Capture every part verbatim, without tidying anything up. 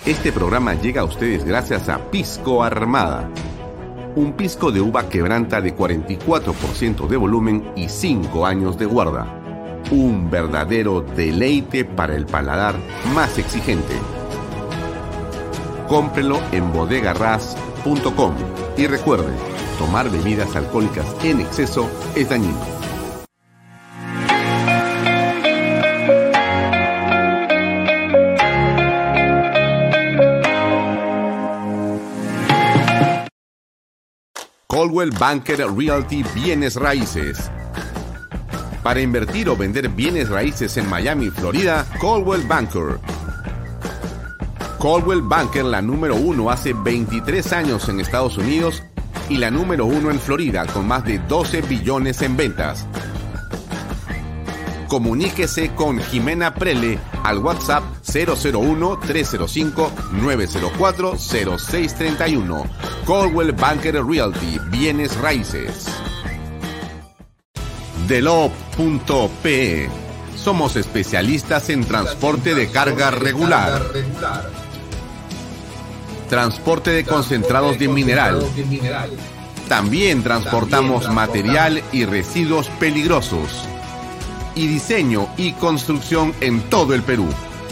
Este programa llega a ustedes gracias a Pisco Armada. Un pisco de uva quebranta de cuarenta y cuatro por ciento de volumen y cinco años de guarda. Un verdadero deleite para el paladar más exigente. Cómprelo en bodegarras punto com y recuerde, tomar bebidas alcohólicas en exceso es dañino. Coldwell Banker Realty Bienes Raíces. Para invertir o vender bienes raíces en Miami, Florida, Coldwell Banker. Coldwell Banker, la número uno hace veintitrés años en Estados Unidos y la número uno en Florida con más de doce billones en ventas. Comuníquese con Jimena Prele al WhatsApp cero cero uno, tres cero cinco, nueve cero cuatro, cero seis tres uno. Coldwell Banker Realty, Bienes Raíces. Delop punto pe. Somos especialistas en transporte de carga regular. Transporte de concentrados de mineral. También transportamos material y residuos peligrosos. Y diseño y construcción en todo el Perú.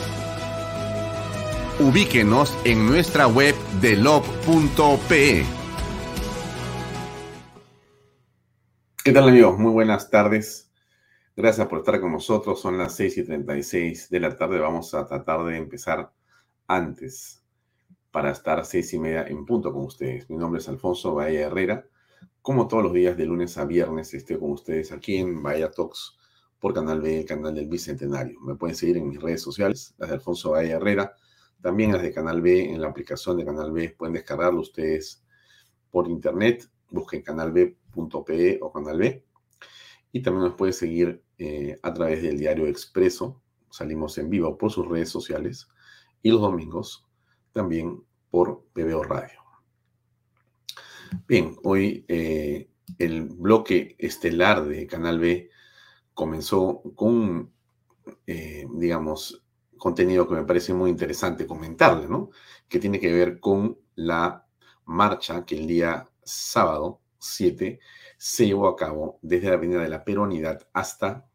Ubíquenos en nuestra web delop punto pe. ¿Qué tal, amigos? Muy buenas tardes. Gracias por estar con nosotros. Son las seis y treinta y seis de la tarde. Vamos a tratar de empezar antes para estar seis y media en punto con ustedes. Mi nombre es Alfonso Bahía Herrera. Como todos los días, de lunes a viernes, estoy con ustedes aquí en Bahía Talks por Canal B, el canal del Bicentenario. Me pueden seguir en mis redes sociales, las de Alfonso Bahía Herrera, también las de Canal B, en la aplicación de Canal B. Pueden descargarlo ustedes por internet, busquen canal b punto pe o Canal B. Y también nos pueden seguir eh, a través del Diario Expreso. Salimos en vivo por sus redes sociales. Y los domingos también por P B O Radio. Bien, hoy eh, el bloque estelar de Canal B comenzó con, eh, digamos, contenido que me parece muy interesante comentarle, ¿no? Que tiene que ver con la marcha que el día sábado siete se llevó a cabo desde la Avenida de la Peronidad hasta,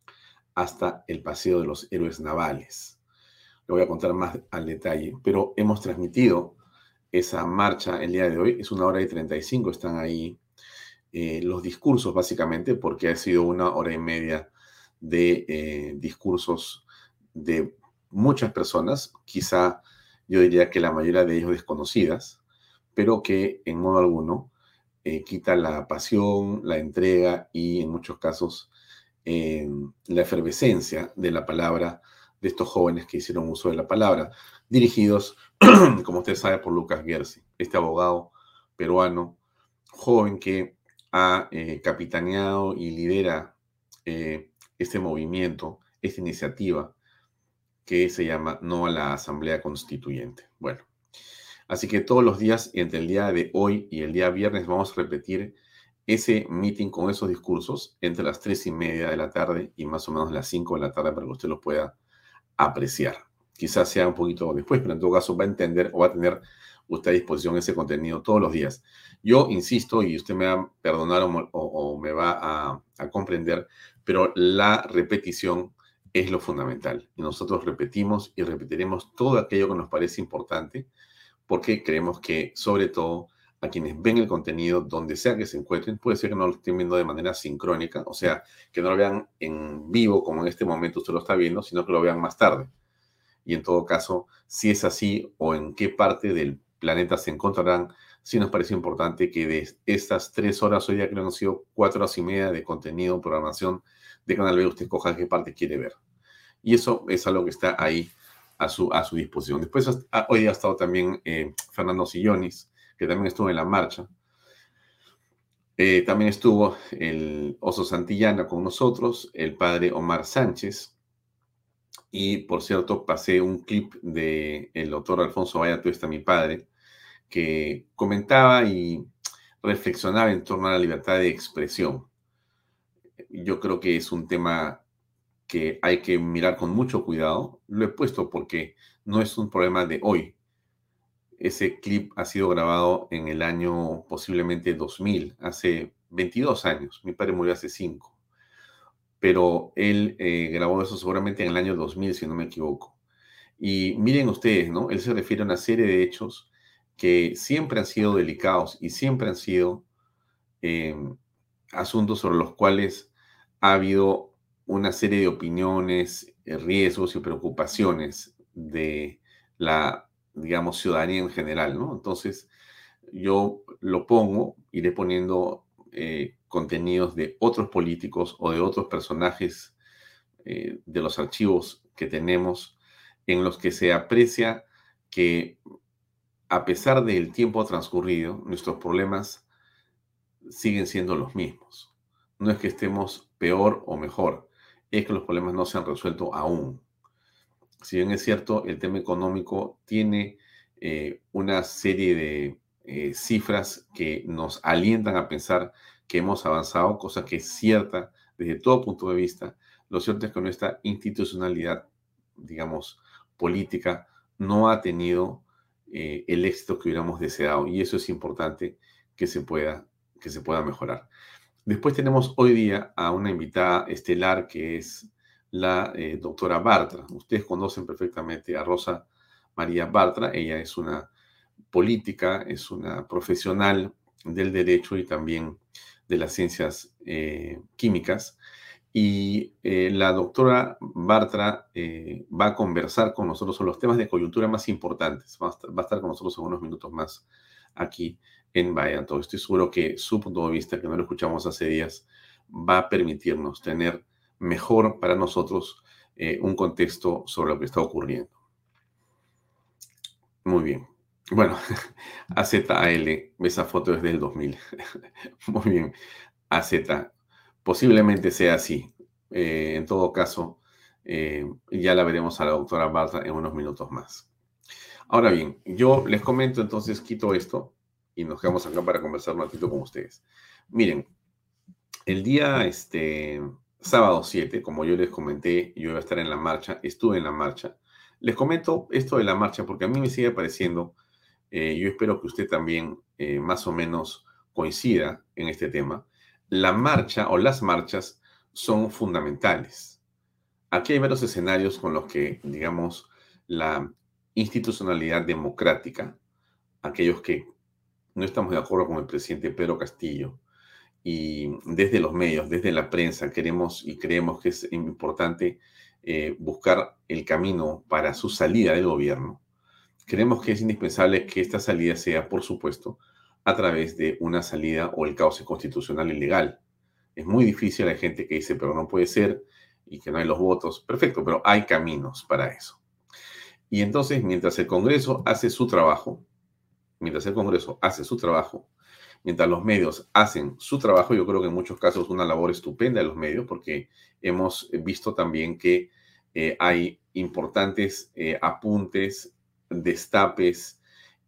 hasta el Paseo de los Héroes Navales. Lo voy a contar más al detalle, pero hemos transmitido esa marcha el día de hoy. Es una hora y treinta y cinco, están ahí eh, los discursos básicamente, porque ha sido una hora y media de eh, discursos de muchas personas, quizá yo diría que la mayoría de ellos desconocidas, pero que en modo alguno eh, quita la pasión, la entrega y en muchos casos eh, la efervescencia de la palabra de estos jóvenes que hicieron uso de la palabra, dirigidos, como usted sabe, por Lucas Gersi, este abogado peruano, joven que ha eh, capitaneado y lidera eh, este movimiento, esta iniciativa que se llama No a la Asamblea Constituyente. Bueno, así que todos los días, entre el día de hoy y el día viernes, vamos a repetir ese meeting con esos discursos entre las tres y media de la tarde y más o menos las cinco de la tarde para que usted los pueda apreciar. Quizás sea un poquito después, pero en todo caso va a entender o va a tener usted a disposición ese contenido todos los días. Yo insisto, y usted me va a perdonar o, o, o me va a, a comprender, pero la repetición es lo fundamental. Y nosotros repetimos y repetiremos todo aquello que nos parece importante, porque creemos que, sobre todo, a quienes ven el contenido, donde sea que se encuentren, puede ser que no lo estén viendo de manera sincrónica, o sea, que no lo vean en vivo, como en este momento usted lo está viendo, sino que lo vean más tarde. Y en todo caso, si es así o en qué parte del planeta se encontrarán, sí nos parece importante que de estas tres horas, hoy día creo que han sido cuatro horas y media de contenido, programación de Canal B, usted coja qué parte quiere ver. Y eso es algo que está ahí a su, a su disposición. Después, hoy día ha estado también eh, Fernando Sillonis, que también estuvo en la marcha. Eh, también estuvo el Oso Santillana con nosotros, el padre Omar Sánchez. Y, por cierto, pasé un clip del doctor Alfonso Bahía Tuesta, mi padre, que comentaba y reflexionaba en torno a la libertad de expresión. Yo creo que es un tema que hay que mirar con mucho cuidado. Lo he puesto porque no es un problema de hoy, ese clip ha sido grabado en el año posiblemente dos mil, hace veintidós años. Mi padre murió hace cinco. Pero él eh, grabó eso seguramente en el año dos mil, si no me equivoco. Y miren ustedes, ¿no? Él se refiere a una serie de hechos que siempre han sido delicados y siempre han sido eh, asuntos sobre los cuales ha habido una serie de opiniones, eh, riesgos y preocupaciones de la, digamos, ciudadanía en general, ¿no? Entonces, yo lo pongo, iré poniendo eh, contenidos de otros políticos o de otros personajes eh, de los archivos que tenemos en los que se aprecia que a pesar del tiempo transcurrido, nuestros problemas siguen siendo los mismos. No es que estemos peor o mejor, es que los problemas no se han resuelto aún. Si bien es cierto, el tema económico tiene eh, una serie de eh, cifras que nos alientan a pensar que hemos avanzado, cosa que es cierta desde todo punto de vista. Lo cierto es que nuestra institucionalidad, digamos, política, no ha tenido eh, el éxito que hubiéramos deseado y eso es importante que se pueda, que se pueda mejorar. Después tenemos hoy día a una invitada estelar que es la eh, doctora Bartra. Ustedes conocen perfectamente a Rosa María Bartra. Ella es una política, es una profesional del derecho y también de las ciencias eh, químicas. Y eh, la doctora Bartra eh, va a conversar con nosotros sobre los temas de coyuntura más importantes. Va a estar, va a estar con nosotros en unos minutos más aquí en Vaya Todo. Estoy seguro que su punto de vista, que no lo escuchamos hace días, va a permitirnos tener mejor para nosotros eh, un contexto sobre lo que está ocurriendo. Muy bien. Bueno, A Z A L, esa foto es del dos mil. Muy bien, A Z. Posiblemente sea así. Eh, en todo caso, eh, ya la veremos a la doctora Bartra en unos minutos más. Ahora bien, yo les comento, entonces quito esto y nos quedamos acá para conversar un ratito con ustedes. Miren, el día este, sábado siete, como yo les comenté, yo iba a estar en la marcha, estuve en la marcha. Les comento esto de la marcha porque a mí me sigue pareciendo, eh, yo espero que usted también eh, más o menos coincida en este tema. La marcha o las marchas son fundamentales. Aquí hay varios escenarios con los que, digamos, la institucionalidad democrática, aquellos que no estamos de acuerdo con el presidente Pedro Castillo, y desde los medios, desde la prensa, queremos y creemos que es importante eh, buscar el camino para su salida del gobierno. Creemos que es indispensable que esta salida sea, por supuesto, a través de una salida o el cauce constitucional y legal. Es muy difícil, hay gente que dice, pero no puede ser y que no hay los votos. Perfecto, pero hay caminos para eso. Y entonces, mientras el Congreso hace su trabajo, mientras el Congreso hace su trabajo, mientras los medios hacen su trabajo, yo creo que en muchos casos una labor estupenda de los medios, porque hemos visto también que eh, hay importantes eh, apuntes, destapes,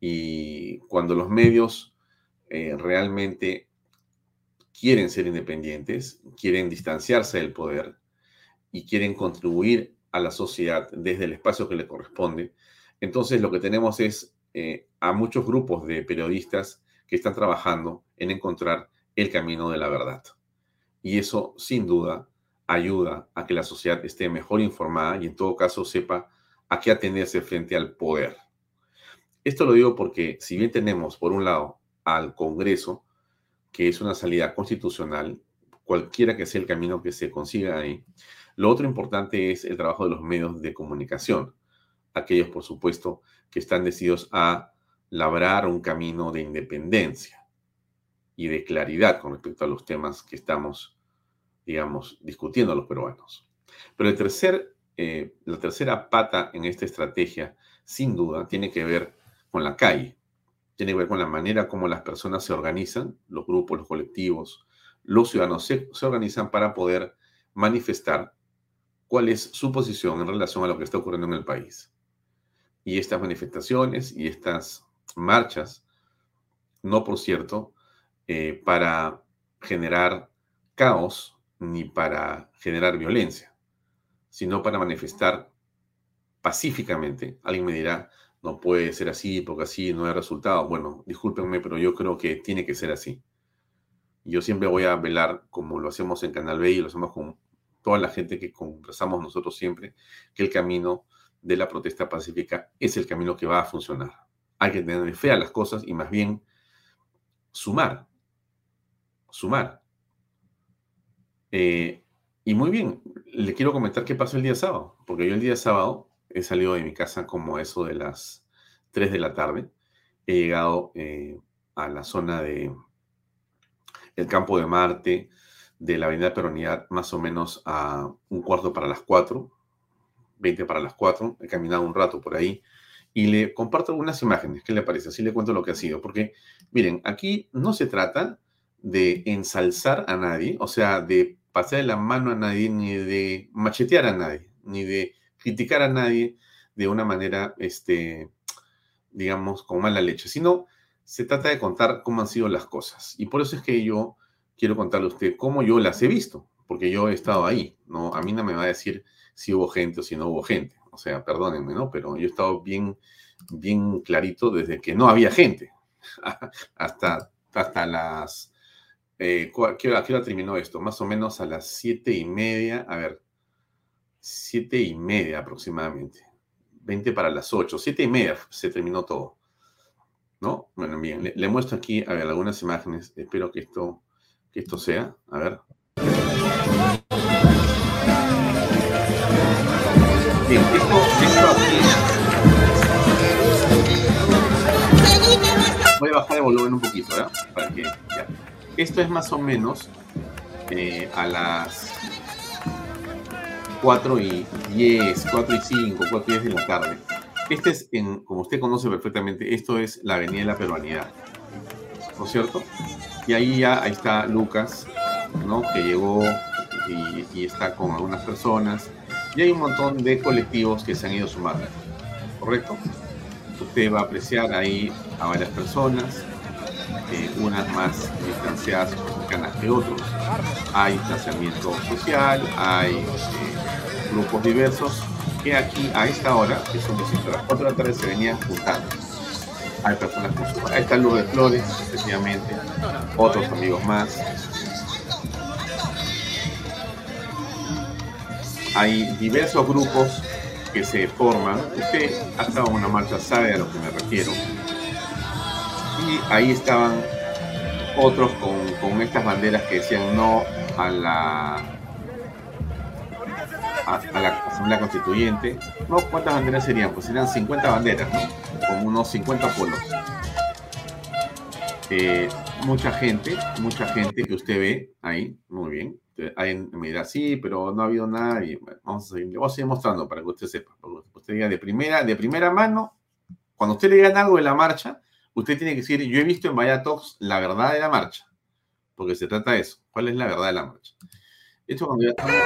y cuando los medios eh, realmente quieren ser independientes, quieren distanciarse del poder y quieren contribuir a la sociedad desde el espacio que le corresponde, entonces lo que tenemos es eh, a muchos grupos de periodistas que están trabajando en encontrar el camino de la verdad. Y eso, sin duda, ayuda a que la sociedad esté mejor informada y en todo caso sepa a qué atenerse frente al poder. Esto lo digo porque si bien tenemos, por un lado, al Congreso, que es una salida constitucional, cualquiera que sea el camino que se consiga ahí, lo otro importante es el trabajo de los medios de comunicación, aquellos, por supuesto, que están decididos a labrar un camino de independencia y de claridad con respecto a los temas que estamos, digamos, discutiendo los peruanos. Pero el tercer, eh, la tercera pata en esta estrategia, sin duda, tiene que ver con la calle, tiene que ver con la manera como las personas se organizan, los grupos, los colectivos, los ciudadanos se, se organizan para poder manifestar cuál es su posición en relación a lo que está ocurriendo en el país. Y estas manifestaciones y estas marchas, no por cierto, eh, para generar caos ni para generar violencia, sino para manifestar pacíficamente. Alguien me dirá, no puede ser así porque así no hay resultado. Bueno, discúlpenme, pero yo creo que tiene que ser así. Yo siempre voy a velar, como lo hacemos en Canal B y lo hacemos con toda la gente que conversamos nosotros siempre, que el camino de la protesta pacífica es el camino que va a funcionar. Hay que tener fe a las cosas y más bien sumar, sumar. Eh, y muy bien, le quiero comentar qué pasó el día sábado, porque yo el día sábado he salido de mi casa como a eso de las tres de la tarde. He llegado eh, a la zona de el Campo de Marte, de la Avenida Peronidad, más o menos a un cuarto para las cuatro, veinte para las cuatro. He caminado un rato por ahí y le comparto algunas imágenes. ¿Qué le parece? Así le cuento lo que ha sido. Porque, miren, aquí no se trata de ensalzar a nadie, o sea, de pasar la mano a nadie, ni de machetear a nadie, ni de criticar a nadie de una manera, este, digamos, con mala leche, sino se trata de contar cómo han sido las cosas. Y por eso es que yo quiero contarle a usted cómo yo las he visto, porque yo he estado ahí, ¿no? A mí no me va a decir si hubo gente o si no hubo gente. O sea, perdónenme, ¿no? Pero yo he estado bien, bien clarito desde que no había gente hasta, hasta las... Eh, ¿qué, hora, ¿Qué hora terminó esto? Más o menos a las siete y media, a ver, siete y media aproximadamente, veinte para las ocho, siete y media se terminó todo, ¿no? Bueno, bien, le, le muestro aquí, a ver, algunas imágenes, espero que esto, que esto sea, a ver. Bien, esto, esto aquí... Voy a bajar el volumen un poquito, ¿verdad? Para que, ya. Esto es más o menos eh, a las cuatro y diez, cuatro y cinco, cuatro y diez de la tarde. Este es, en, como usted conoce perfectamente, esto es la Avenida de la Peruanidad, ¿no es cierto? Y ahí ya ahí está Lucas, ¿no? Que llegó y, y está con algunas personas. Y hay un montón de colectivos que se han ido sumando, ¿correcto? Usted va a apreciar ahí a varias personas, eh, unas más distanciadas o cercanas que otros. Hay distanciamiento social, hay eh, grupos diversos que aquí a esta hora, que son a las cuatro de la tarde, se venían juntando. Hay personas con su... Ahí está Lourdes Flores, efectivamente, otros amigos más. Hay diversos grupos que se forman. Usted ha estado en una marcha, sabe a lo que me refiero. Y ahí estaban otros con, con estas banderas que decían no a la, a, a la Asamblea Constituyente. No, ¿cuántas banderas serían? Pues serían cincuenta banderas, ¿no? Con unos cincuenta polos. Eh, mucha gente, mucha gente que usted ve ahí, muy bien. Hay, me dirá, sí, pero no ha habido nada. Y bueno, vamos a seguir, vamos a seguir mostrando para que usted sepa. Para que usted diga de primera, de primera mano, cuando usted le digan algo de la marcha, usted tiene que decir, yo he visto en Vaya Talks la verdad de la marcha. Porque se trata de eso. ¿Cuál es la verdad de la marcha? Esto cuando ya estamos...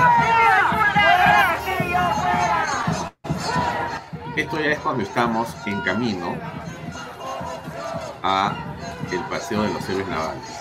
Esto ya es cuando estamos en camino a el Paseo de los Héroes Navales.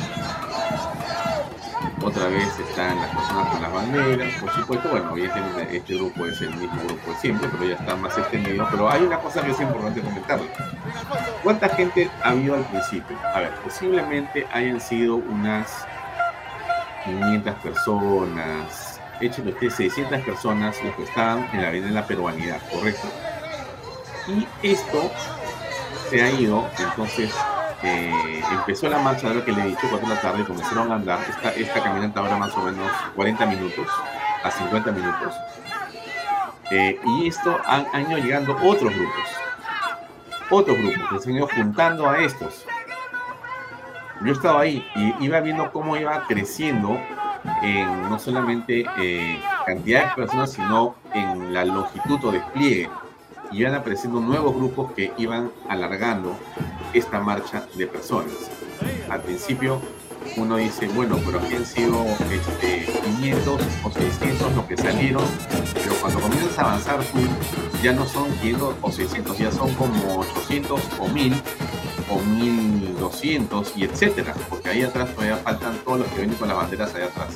Otra vez están las personas con las banderas, por supuesto. Bueno, evidentemente este grupo es el mismo grupo de siempre, pero ya está más extendido. Pero hay una cosa que es importante comentarle. ¿Cuánta gente ha habido al principio? A ver, posiblemente hayan sido unas quinientas personas, échenle usted seiscientas personas los que estaban en la Avenida de la Peruanidad, ¿correcto? Y esto se ha ido, entonces... Eh, empezó la marcha, de lo que le he dicho, cuatro de la tarde, comenzaron a andar. Esta, esta caminata ahora más o menos cuarenta minutos a cincuenta minutos. Eh, y esto han, han ido llegando otros grupos. Otros grupos que se han ido juntando a estos. Yo estaba ahí y iba viendo cómo iba creciendo en no solamente eh, cantidad de personas, sino en la longitud o despliegue. Y iban apareciendo nuevos grupos que iban alargando esta marcha de personas. Al principio uno dice, bueno, pero aquí han sido este, quinientos o seiscientos los que salieron, pero cuando comienzas a avanzar tú, ya no son quinientos o seiscientos, ya son como ochocientos o mil o mil doscientos y etcétera, porque ahí atrás todavía faltan todos los que vienen con las banderas allá atrás.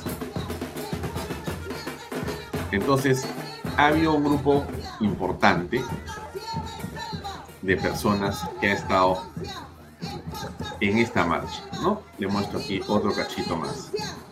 Entonces, ha habido un grupo importante de personas que han estado en esta marcha, ¿no? Le muestro aquí otro cachito más.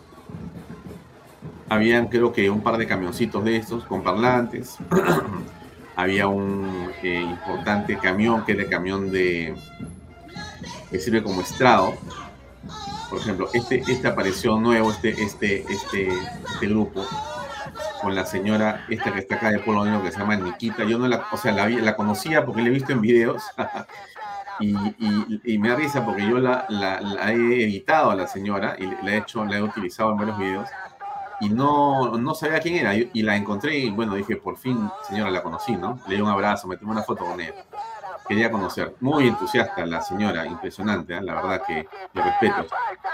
Habían, creo que, un par de camioncitos de estos con parlantes. Había un eh, importante camión, que es el camión de que sirve como estrado. Por ejemplo, este, este apareció nuevo, este, este, este, este grupo, con la señora esta que está acá de Polo Negro, que se llama Nikita. Yo no la, o sea, la, la conocía porque la he visto en videos. Y, y, y me da risa porque yo la, la, la he editado a la señora y la he hecho, la he utilizado en varios videos y no, no sabía quién era y, y la encontré y bueno, dije, por fin, señora, la conocí, ¿no? Le di un abrazo, me tomé una foto con ella. Quería conocer. Muy entusiasta la señora, impresionante, ¿eh? La verdad que le respeto.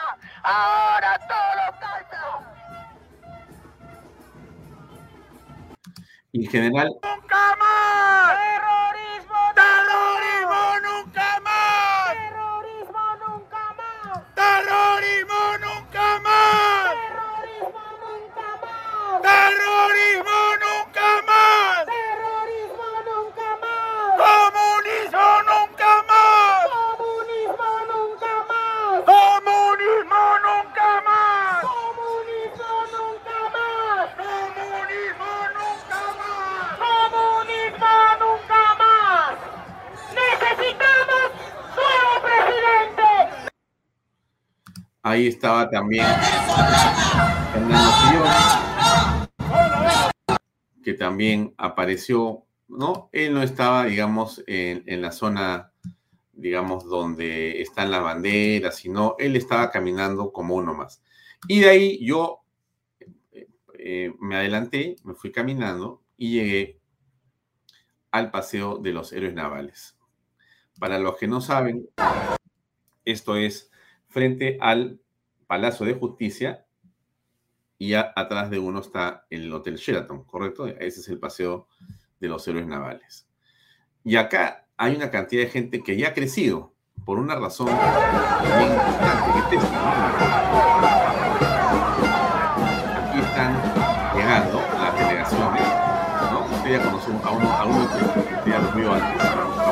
En general... ¡Nunca más! ¡Terrorismo! ¡Terrorismo nunca más! ¡Terrorismo nunca más! ¡Terrorismo nunca más! ¡Terrorismo nunca más! ¡Terrorismo nunca más! ¡Terrorismo nunca más! ¡Comunismo nunca más! ¡Comunismo nunca más! ¡Comunismo nunca más! ¡Comunismo nunca más! ¡Comunismo nunca más! ¡Comunismo nunca más! ¡Necesitamos nuevo presidente! Ahí estaba también Fernando Quiroz, que también apareció, ¿no? Él no estaba, digamos, en, en la zona, digamos, donde están las banderas, sino él estaba caminando como uno más. Y de ahí yo eh, me adelanté, me fui caminando y llegué al Paseo de los Héroes Navales. Para los que no saben, esto es frente al Palacio de Justicia y a, atrás de uno está el Hotel Sheraton, ¿correcto? Ese es el Paseo de los Héroes Navales. Y acá hay una cantidad de gente que ya ha crecido por una razón bien importante, que es esta, ¿no? Aquí están llegando las delegaciones, ¿no? Usted ya conoció a uno, a uno que usted ya los vio antes,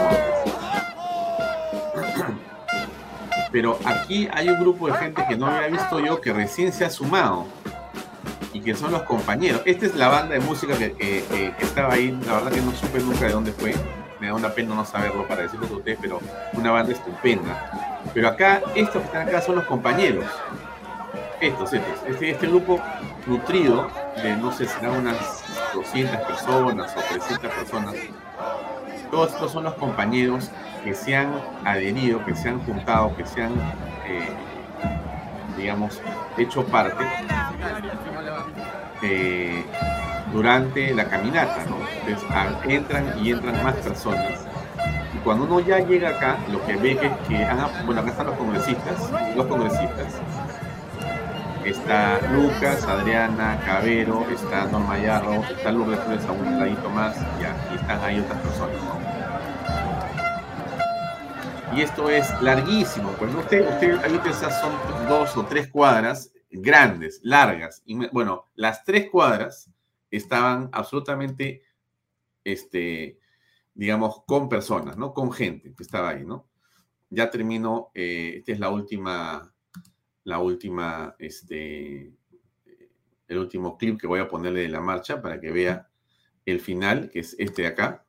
pero aquí hay un grupo de gente que no había visto yo, que recién se ha sumado y que son los compañeros. Esta es la banda de música que, que, que, que estaba ahí. La verdad que no supe nunca de dónde fue. Me da una pena no saberlo para decirlo a ustedes, pero una banda estupenda. Pero acá, estos que están acá son los compañeros. Estos, estos. Este, este grupo nutrido de, no sé, serán unas doscientas personas o trescientas personas. Todos estos son los compañeros que se han adherido, que se han juntado, que se han, eh, digamos, hecho parte eh, durante la caminata, ¿no? Entonces a, entran y entran más personas. Y cuando uno ya llega acá, lo que ve es que, han, bueno, acá están los congresistas, los congresistas. Está Lucas, Adriana, Cabero, está Norma Yarro, está Lourdes Flores a un ladito más, ya, y están ahí otras personas, ¿no? Y esto es larguísimo, pues usted, usted, ahí esas son dos o tres cuadras grandes, largas. Y bueno, las tres cuadras estaban absolutamente, este, digamos, con personas, ¿no? Con gente que estaba ahí, ¿no? Ya termino, eh, esta es la última, la última, este, el último clip que voy a ponerle de la marcha para que vea el final, que es este de acá.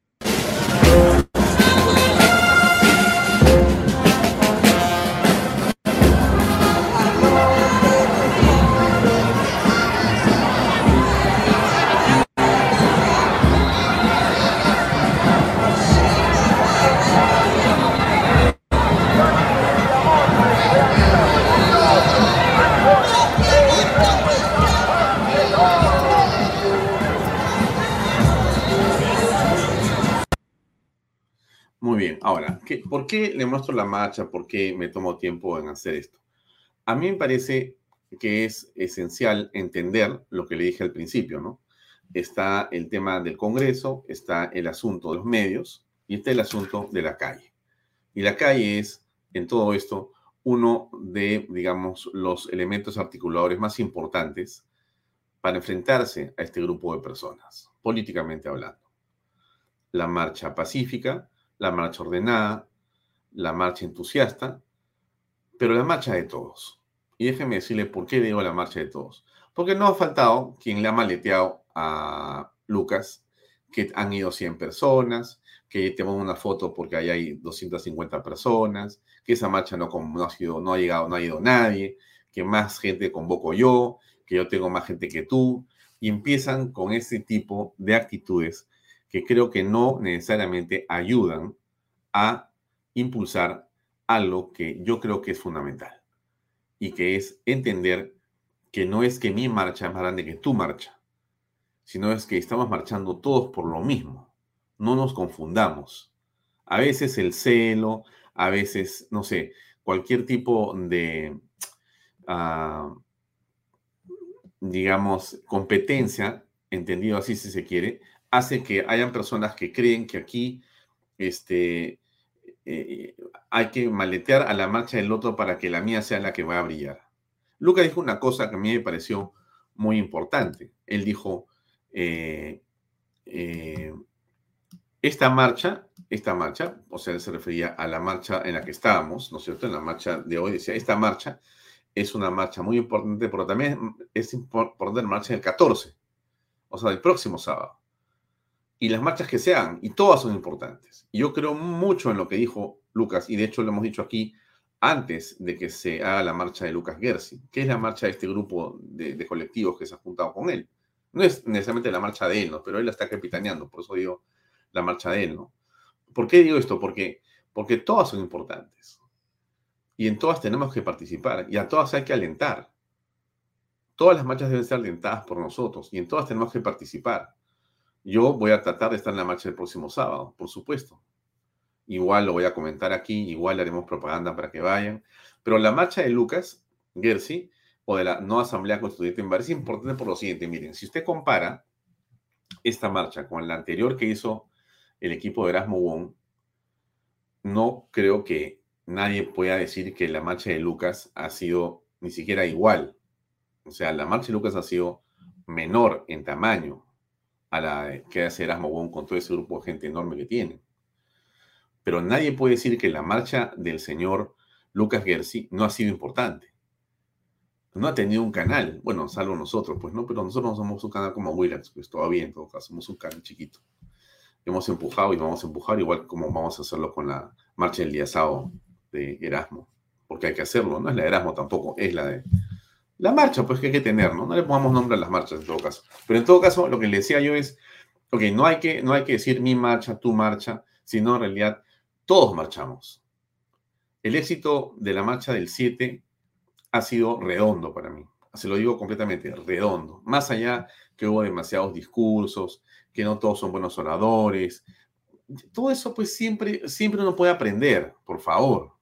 Muy bien, ahora, ¿qué, ¿por qué le muestro la marcha? ¿Por qué me tomo tiempo en hacer esto? A mí me parece que es esencial entender lo que le dije al principio, ¿no? Está el tema del Congreso, está el asunto de los medios y está el asunto de la calle. Y la calle es, en todo esto, uno de, digamos, los elementos articuladores más importantes para enfrentarse a este grupo de personas, políticamente hablando. La marcha pacífica la marcha ordenada, la marcha entusiasta, pero la marcha de todos. Y déjenme decirle por qué digo la marcha de todos. Porque no ha faltado quien le ha maleteado a Lucas, que han ido cien personas, que te pongo una foto porque ahí hay doscientas cincuenta personas, que esa marcha no, no, ha sido, no ha llegado, no ha ido nadie, que más gente convoco yo, que yo tengo más gente que tú, y empiezan con ese tipo de actitudes que creo que no necesariamente ayudan a impulsar algo que yo creo que es fundamental, y que es entender que no es que mi marcha es más grande que tu marcha, sino es que estamos marchando todos por lo mismo. No nos confundamos. A veces el celo, a veces, no sé, cualquier tipo de, uh, digamos, competencia, entendido así si se quiere, hace que hayan personas que creen que aquí este, eh, hay que maletear a la marcha del otro para que la mía sea la que va a brillar. Lucas dijo una cosa que a mí me pareció muy importante. Él dijo, eh, eh, esta marcha, esta marcha, o sea, él se refería a la marcha en la que estábamos, ¿no es cierto? En la marcha de hoy decía, esta marcha es una marcha muy importante, pero también es importante la marcha del catorce, o sea, del próximo sábado. Y las marchas que sean, y todas son importantes. Y yo creo mucho en lo que dijo Lucas, y de hecho lo hemos dicho aquí antes de que se haga la marcha de Lucas Gersi, que es la marcha de este grupo de, de colectivos que se ha juntado con él. No es necesariamente la marcha de él, ¿no? Pero él la está capitaneando, por eso digo la marcha de él, ¿no? ¿Por qué digo esto? Porque, porque todas son importantes. Y en todas tenemos que participar, y a todas hay que alentar. Todas las marchas deben ser alentadas por nosotros, y en todas tenemos que participar. Yo voy a tratar de estar en la marcha el próximo sábado, por supuesto. Igual lo voy a comentar aquí, igual le haremos propaganda para que vayan. Pero la marcha de Lucas Gersi, o de la no Asamblea Constituyente, me parece importante por lo siguiente. Miren, si usted compara esta marcha con la anterior que hizo el equipo de Erasmo Wong, no creo que nadie pueda decir que la marcha de Lucas ha sido ni siquiera igual. O sea, la marcha de Lucas ha sido menor en tamaño a la que hace Erasmo Wong con todo ese grupo de gente enorme que tiene. Pero nadie puede decir que la marcha del señor Lucas Gersi no ha sido importante. No ha tenido un canal, bueno, salvo nosotros, pues no, pero nosotros no somos un canal como Willax, pues todavía en todo caso, somos un canal chiquito. Hemos empujado y vamos a empujar igual como vamos a hacerlo con la marcha del día sábado de Erasmo, porque hay que hacerlo, no es la de Erasmo tampoco, es la de la marcha, pues que hay que tener, ¿no? No le pongamos nombre a las marchas en todo caso. Pero en todo caso, lo que le decía yo es, ok, no hay que, no hay que decir mi marcha, tu marcha, sino en realidad todos marchamos. El éxito de la marcha del siete ha sido redondo para mí. Se lo digo completamente, redondo. Más allá que hubo demasiados discursos, que no todos son buenos oradores. Todo eso, pues siempre, siempre uno puede aprender, por favor.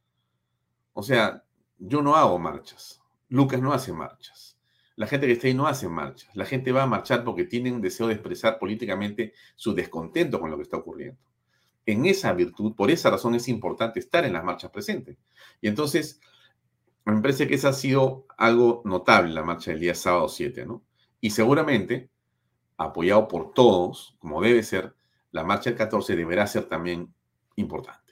O sea, yo no hago marchas. Lucas no hace marchas. La gente que está ahí no hace marchas. La gente va a marchar porque tiene un deseo de expresar políticamente su descontento con lo que está ocurriendo. En esa virtud, por esa razón es importante estar en las marchas presentes. Y entonces, me parece que esa ha sido algo notable, la marcha del día sábado siete, ¿no? Y seguramente, apoyado por todos, como debe ser, la marcha del catorce deberá ser también importante.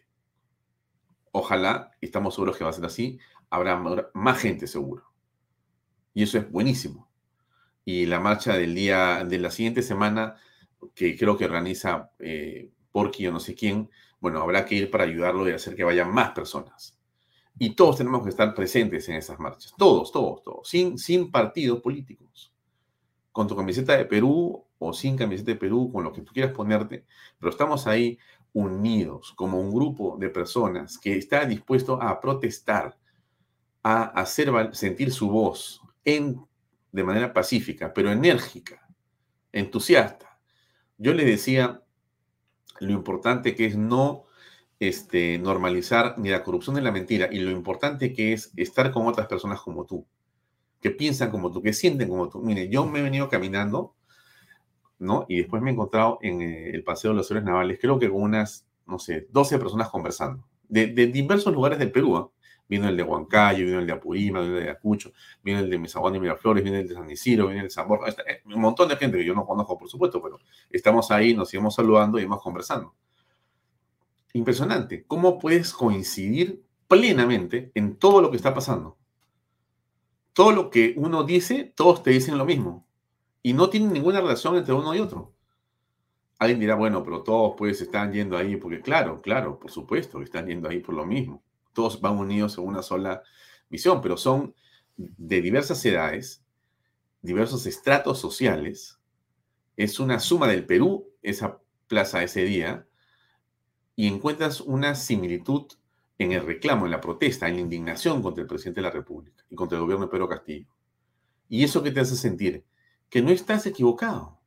Ojalá, estamos seguros que va a ser así, habrá más gente seguro. Y eso es buenísimo. Y la marcha del día, de la siguiente semana, que creo que organiza eh, Porky o no sé quién, bueno, habrá que ir para ayudarlo y hacer que vayan más personas. Y todos tenemos que estar presentes en esas marchas. Todos, todos, todos. Sin, sin partidos políticos. Con tu camiseta de Perú o sin camiseta de Perú, con lo que tú quieras ponerte. Pero estamos ahí unidos como un grupo de personas que está dispuesto a protestar, a hacer sentir su voz en, de manera pacífica, pero enérgica, entusiasta. Yo le decía lo importante que es no este, normalizar ni la corrupción ni la mentira, y lo importante que es estar con otras personas como tú, que piensan como tú, que sienten como tú. Mire, yo me he venido caminando, ¿no? Y después me he encontrado en eh, el Paseo de los Héroes Navales, creo que con unas, no sé, doce personas conversando, de, de diversos lugares del Perú, ¿eh? Vino el de Huancayo, vino el de Apurímac, vino el de Ayacucho, vino el de Misaguán y Miraflores, vino el de San Isidro, vino el de San Borja, un montón de gente que yo no conozco, por supuesto, pero estamos ahí, nos seguimos saludando y vamos conversando. Impresionante. ¿Cómo puedes coincidir plenamente en todo lo que está pasando? Todo lo que uno dice, todos te dicen lo mismo. Y no tienen ninguna relación entre uno y otro. Alguien dirá, bueno, pero todos pues están yendo ahí, porque claro, claro, por supuesto, están yendo ahí por lo mismo. Todos van unidos en una sola visión, pero son de diversas edades, diversos estratos sociales. Es una suma del Perú, esa plaza ese día, y encuentras una similitud en el reclamo, en la protesta, en la indignación contra el presidente de la República y contra el gobierno de Pedro Castillo. ¿Y eso qué te hace sentir? Que no estás equivocado.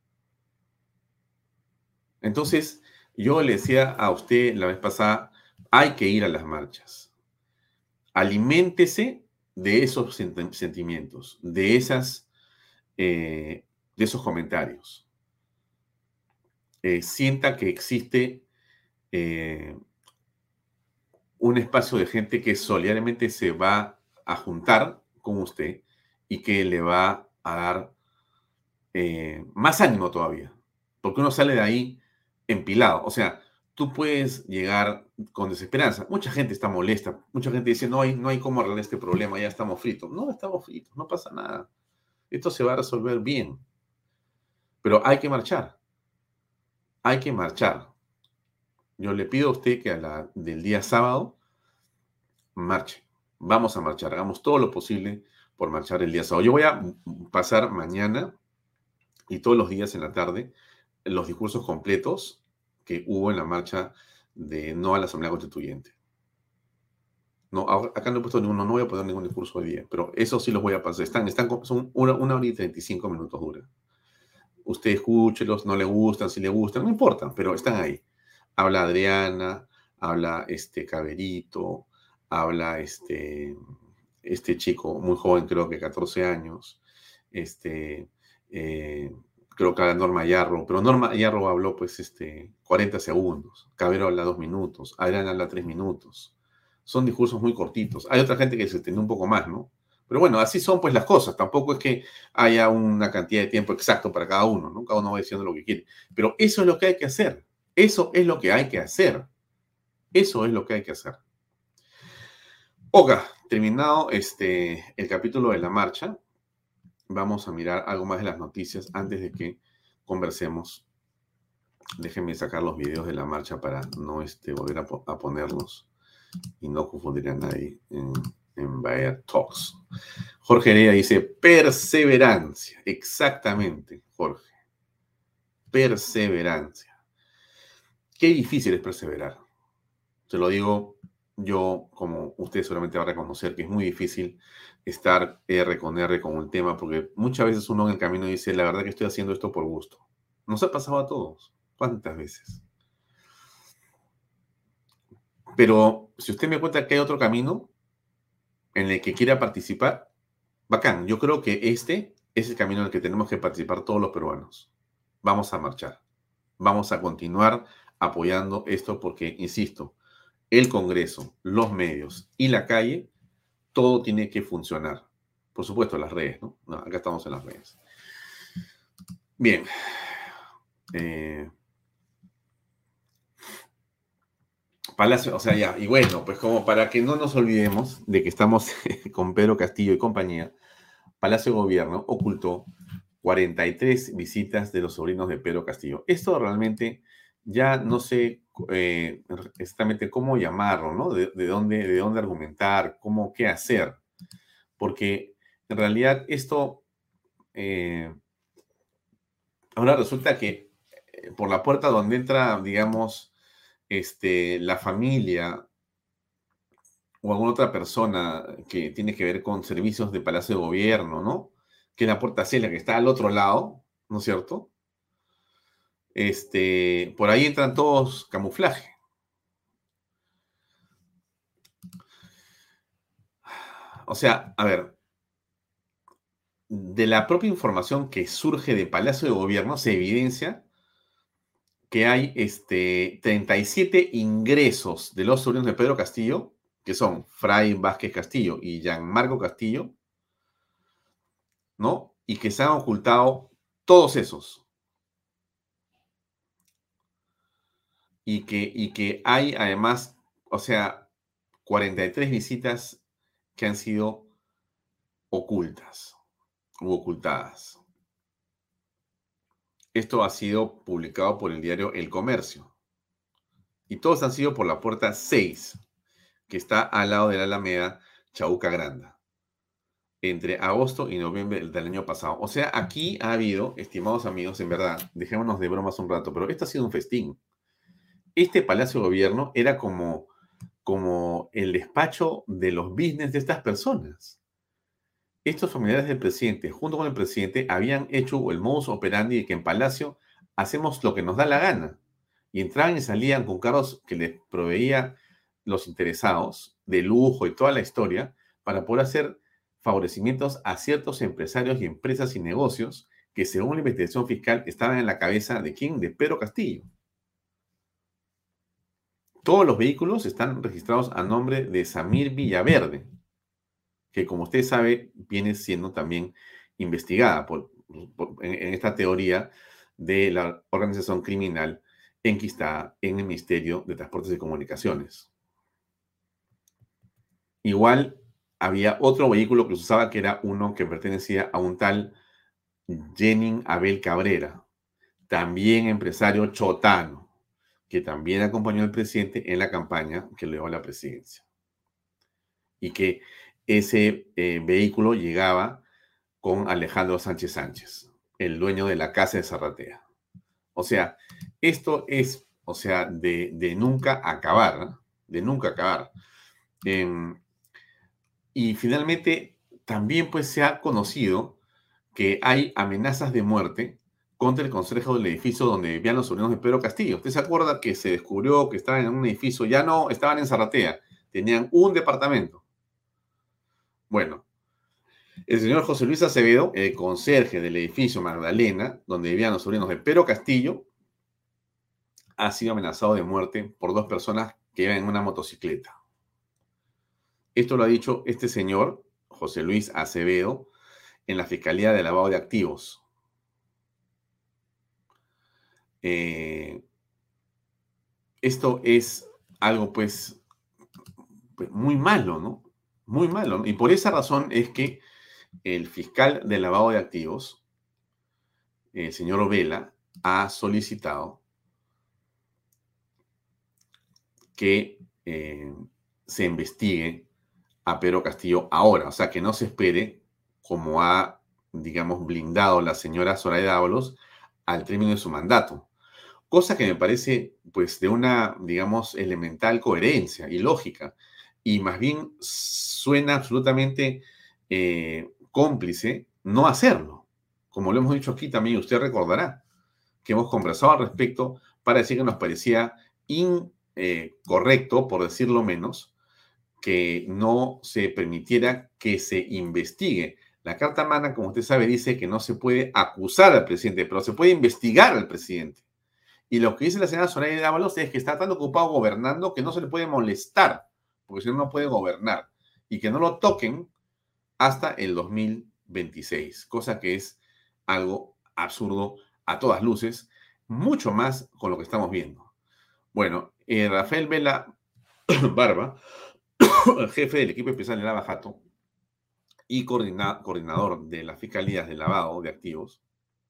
Entonces, yo le decía a usted la vez pasada, hay que ir a las marchas. Aliméntese de esos sent- sentimientos, de, esas, eh, de esos comentarios. Eh, sienta que existe eh, un espacio de gente que solidariamente se va a juntar con usted y que le va a dar eh, más ánimo todavía, porque uno sale de ahí empilado. O sea, tú puedes llegar con desesperanza. Mucha gente está molesta, mucha gente dice, no hay, no hay cómo arreglar este problema, ya estamos fritos. No, estamos fritos, no pasa nada. Esto se va a resolver bien. Pero hay que marchar, hay que marchar. Yo le pido a usted que a la del día sábado marche. Vamos a marchar, hagamos todo lo posible por marchar el día sábado. Yo voy a pasar mañana y todos los días en la tarde los discursos completos que hubo en la marcha de no a la Asamblea Constituyente. No, acá no he puesto ninguno, no voy a poner ningún discurso hoy día, pero eso sí los voy a pasar. Están, están, son una, una hora y treinta y cinco minutos dura. Usted escúchelos, no le gustan, si le gustan, no importa, pero están ahí. Habla Adriana, habla este Caberito, habla este, este chico muy joven, creo que catorce años, este, eh, creo que habla Norma Yarro, pero Norma Yarro habló pues este, cuarenta segundos, Cabero habla dos minutos, Adriana habla tres minutos. Son discursos muy cortitos. Hay otra gente que se extiende un poco más, ¿no? Pero bueno, así son pues las cosas. Tampoco es que haya una cantidad de tiempo exacto para cada uno, ¿no? Cada uno va diciendo lo que quiere. Pero eso es lo que hay que hacer. Eso es lo que hay que hacer. Eso es lo que hay que hacer. Oga, terminado este, el capítulo de la marcha, vamos a mirar algo más de las noticias antes de que conversemos. Déjenme sacar los videos de la marcha para no este, volver a, po a ponerlos y no confundir a nadie en, en Bahía Talks. Jorge Heredia dice, perseverancia. Exactamente, Jorge. Perseverancia. Qué difícil es perseverar. Se lo digo yo, como usted seguramente va a reconocer, que es muy difícil estar R con R con un tema, porque muchas veces uno en el camino dice, la verdad que estoy haciendo esto por gusto. Nos ha pasado a todos. ¿Cuántas veces? Pero si usted me cuenta que hay otro camino en el que quiera participar, bacán. Yo creo que este es el camino en el que tenemos que participar todos los peruanos. Vamos a marchar. Vamos a continuar apoyando esto porque, insisto, el Congreso, los medios y la calle, todo tiene que funcionar. Por supuesto, las redes, ¿no? No, acá estamos en las redes. Bien. Eh, Palacio, o sea, ya, y bueno, pues como para que no nos olvidemos de que estamos con Pedro Castillo y compañía, Palacio de Gobierno ocultó cuarenta y tres visitas de los sobrinos de Pedro Castillo. Esto realmente ya no sé eh, exactamente cómo llamarlo, ¿no? De, de, dónde, de dónde argumentar, cómo, qué hacer. Porque en realidad esto, eh, ahora resulta que eh, por la puerta donde entra, digamos, este, la familia o alguna otra persona que tiene que ver con servicios de Palacio de Gobierno, ¿no? Que es la puerta Celia, que está al otro lado, ¿no es cierto? Este, por ahí entran todos camuflaje. O sea, a ver, de la propia información que surge de Palacio de Gobierno se evidencia que hay este, treinta y siete ingresos de los sobrinos de Pedro Castillo, que son Fray Vázquez Castillo y Gianmarco Castillo, ¿no? Y que se han ocultado todos esos. y que, y que hay además, o sea, cuarenta y tres visitas que han sido ocultas u ocultadas. Esto ha sido publicado por el diario El Comercio. Y todos han sido por la puerta seis, que está al lado de la Alameda Chauca Granda, entre agosto y noviembre del año pasado. O sea, aquí ha habido, estimados amigos, en verdad, dejémonos de bromas un rato, pero esto ha sido un festín. Este Palacio de Gobierno era como, como el despacho de los business de estas personas. Estos familiares del presidente, junto con el presidente, habían hecho el modus operandi de que en Palacio hacemos lo que nos da la gana. Y entraban y salían con carros que les proveía los interesados, de lujo y toda la historia, para poder hacer favorecimientos a ciertos empresarios y empresas y negocios que, según la investigación fiscal, estaban en la cabeza de ¿quién? De Pedro Castillo. Todos los vehículos están registrados a nombre de Samir Villaverde, que, como usted sabe, viene siendo también investigada por, por, en, en esta teoría de la organización criminal enquistada en el Ministerio de Transportes y Comunicaciones. Igual había otro vehículo que se usaba, que era uno que pertenecía a un tal Jenin Abel Cabrera, también empresario chotano, que también acompañó al presidente en la campaña que le dio a la presidencia. Y que ese eh, vehículo llegaba con Alejandro Sánchez Sánchez, el dueño de la casa de Zarratea. O sea, esto es, o sea, de, de nunca acabar, ¿eh? de nunca acabar. Eh, y finalmente, también pues se ha conocido que hay amenazas de muerte contra el consejo del edificio donde vivían los sobrinos de Pedro Castillo. ¿Usted se acuerda que se descubrió que estaban en un edificio? Ya no estaban en Zarratea, tenían un departamento. Bueno, el señor José Luis Acevedo, el conserje del edificio Magdalena, donde vivían los sobrinos de Pedro Castillo, ha sido amenazado de muerte por dos personas que iban en una motocicleta. Esto lo ha dicho este señor, José Luis Acevedo, en la Fiscalía de Lavado de Activos. Eh, esto es algo, pues, pues, muy malo, ¿no? Muy malo, ¿no? Y por esa razón es que el fiscal de lavado de activos, el señor Vela, ha solicitado que eh, se investigue a Pedro Castillo ahora. O sea, que no se espere, como ha, digamos, blindado la señora Zoraida Ábalos, al término de su mandato. Cosa que me parece, pues, de una, digamos, elemental coherencia y lógica. Y más bien suena absolutamente eh, cómplice no hacerlo. Como lo hemos dicho aquí también, usted recordará que hemos conversado al respecto para decir que nos parecía incorrecto, eh, por decirlo menos, que no se permitiera que se investigue. La Carta Magna, como usted sabe, dice que no se puede acusar al presidente, pero se puede investigar al presidente. Y lo que dice la señora Zoraida Ábalos es que está tan ocupado gobernando que no se le puede molestar, porque si no, no puede gobernar. Y que no lo toquen hasta el dos mil veintiséis, cosa que es algo absurdo a todas luces, mucho más con lo que estamos viendo. Bueno, eh, Rafael Vela Barba, el jefe del equipo especial de Lava Jato y coordina, coordinador de las fiscalías de lavado de activos,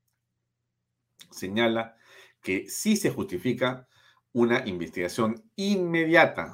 señala que sí se justifica una investigación inmediata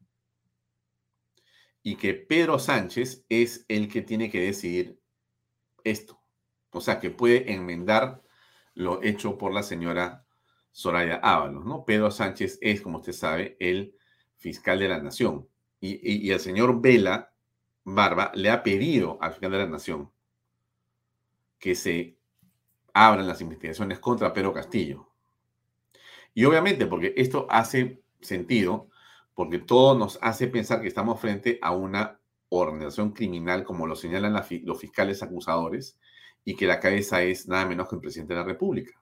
y que Pedro Sánchez es el que tiene que decidir esto. O sea, que puede enmendar lo hecho por la señora Zoraida Ábalos, ¿no? Pedro Sánchez es, como usted sabe, el fiscal de la Nación. Y, y, y el señor Vela Barba le ha pedido al fiscal de la Nación que se abran las investigaciones contra Pedro Castillo. Y obviamente, porque esto hace sentido, porque todo nos hace pensar que estamos frente a una organización criminal, como lo señalan la, los fiscales acusadores, y que la cabeza es nada menos que el presidente de la República.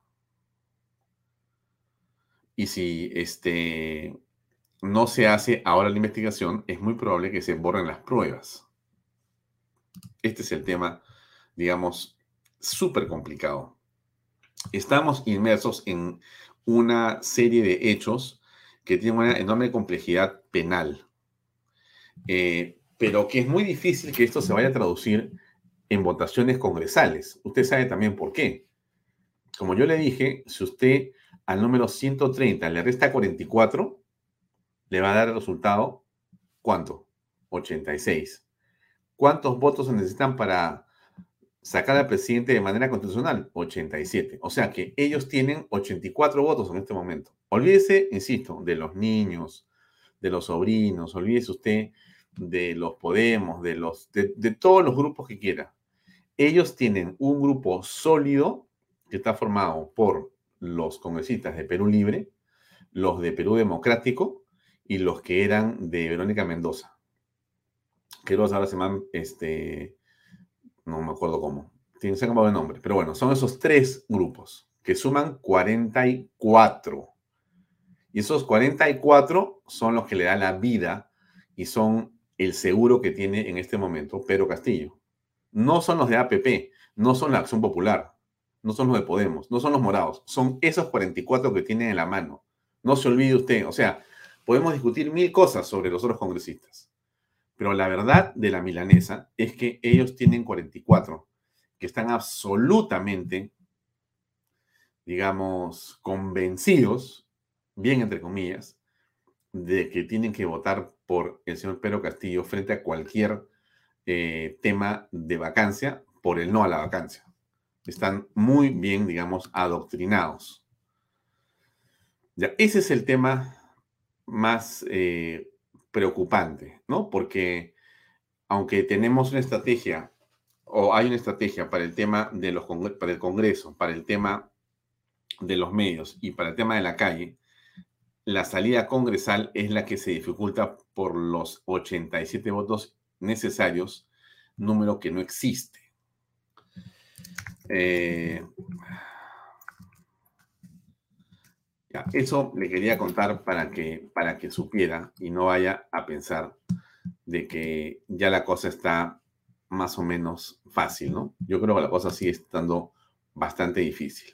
Y si este, no se hace ahora la investigación, es muy probable que se borren las pruebas. Este es el tema, digamos, súper complicado. Estamos inmersos en una serie de hechos que tiene una enorme complejidad penal, eh, pero que es muy difícil que esto se vaya a traducir en votaciones congresales. Usted sabe también por qué. Como yo le dije, si usted al número ciento treinta le resta cuarenta y cuatro, le va a dar el resultado, ¿cuánto? ochenta y seis. ¿Cuántos votos se necesitan para sacar al presidente de manera constitucional? ochenta y siete. O sea que ellos tienen ochenta y cuatro votos en este momento. Olvídese, insisto, de los niños, de los sobrinos, olvídese usted de los Podemos, de, los, de, de todos los grupos que quiera. Ellos tienen un grupo sólido que está formado por los congresistas de Perú Libre, los de Perú Democrático y los que eran de Verónica Mendoza. Que los ahora se llaman, este, no me acuerdo cómo, tienen que cambiado de nombre, pero bueno, son esos tres grupos que suman cuarenta y cuatro. Y esos cuarenta y cuatro son los que le dan la vida y son el seguro que tiene en este momento Pedro Castillo. No son los de A P P, no son la Acción Popular, no son los de Podemos, no son los morados, son esos cuarenta y cuatro que tienen en la mano. No se olvide usted, o sea, podemos discutir mil cosas sobre los otros congresistas, pero la verdad de la milanesa es que ellos tienen cuarenta y cuatro, que están absolutamente, digamos, convencidos, bien entre comillas, de que tienen que votar por el señor Pedro Castillo frente a cualquier eh, tema de vacancia, por el no a la vacancia. Están muy bien, digamos, adoctrinados. Ya, ese es el tema más eh, preocupante, ¿no? Porque aunque tenemos una estrategia, o hay una estrategia para el tema de los congre- para el Congreso, para el tema de los medios y para el tema de la calle, la salida congresal es la que se dificulta por los ochenta y siete votos necesarios, número que no existe. Eh, ya, eso le quería contar para que, para que supiera y no vaya a pensar de que ya la cosa está más o menos fácil, ¿no? Yo creo que la cosa sigue estando bastante difícil.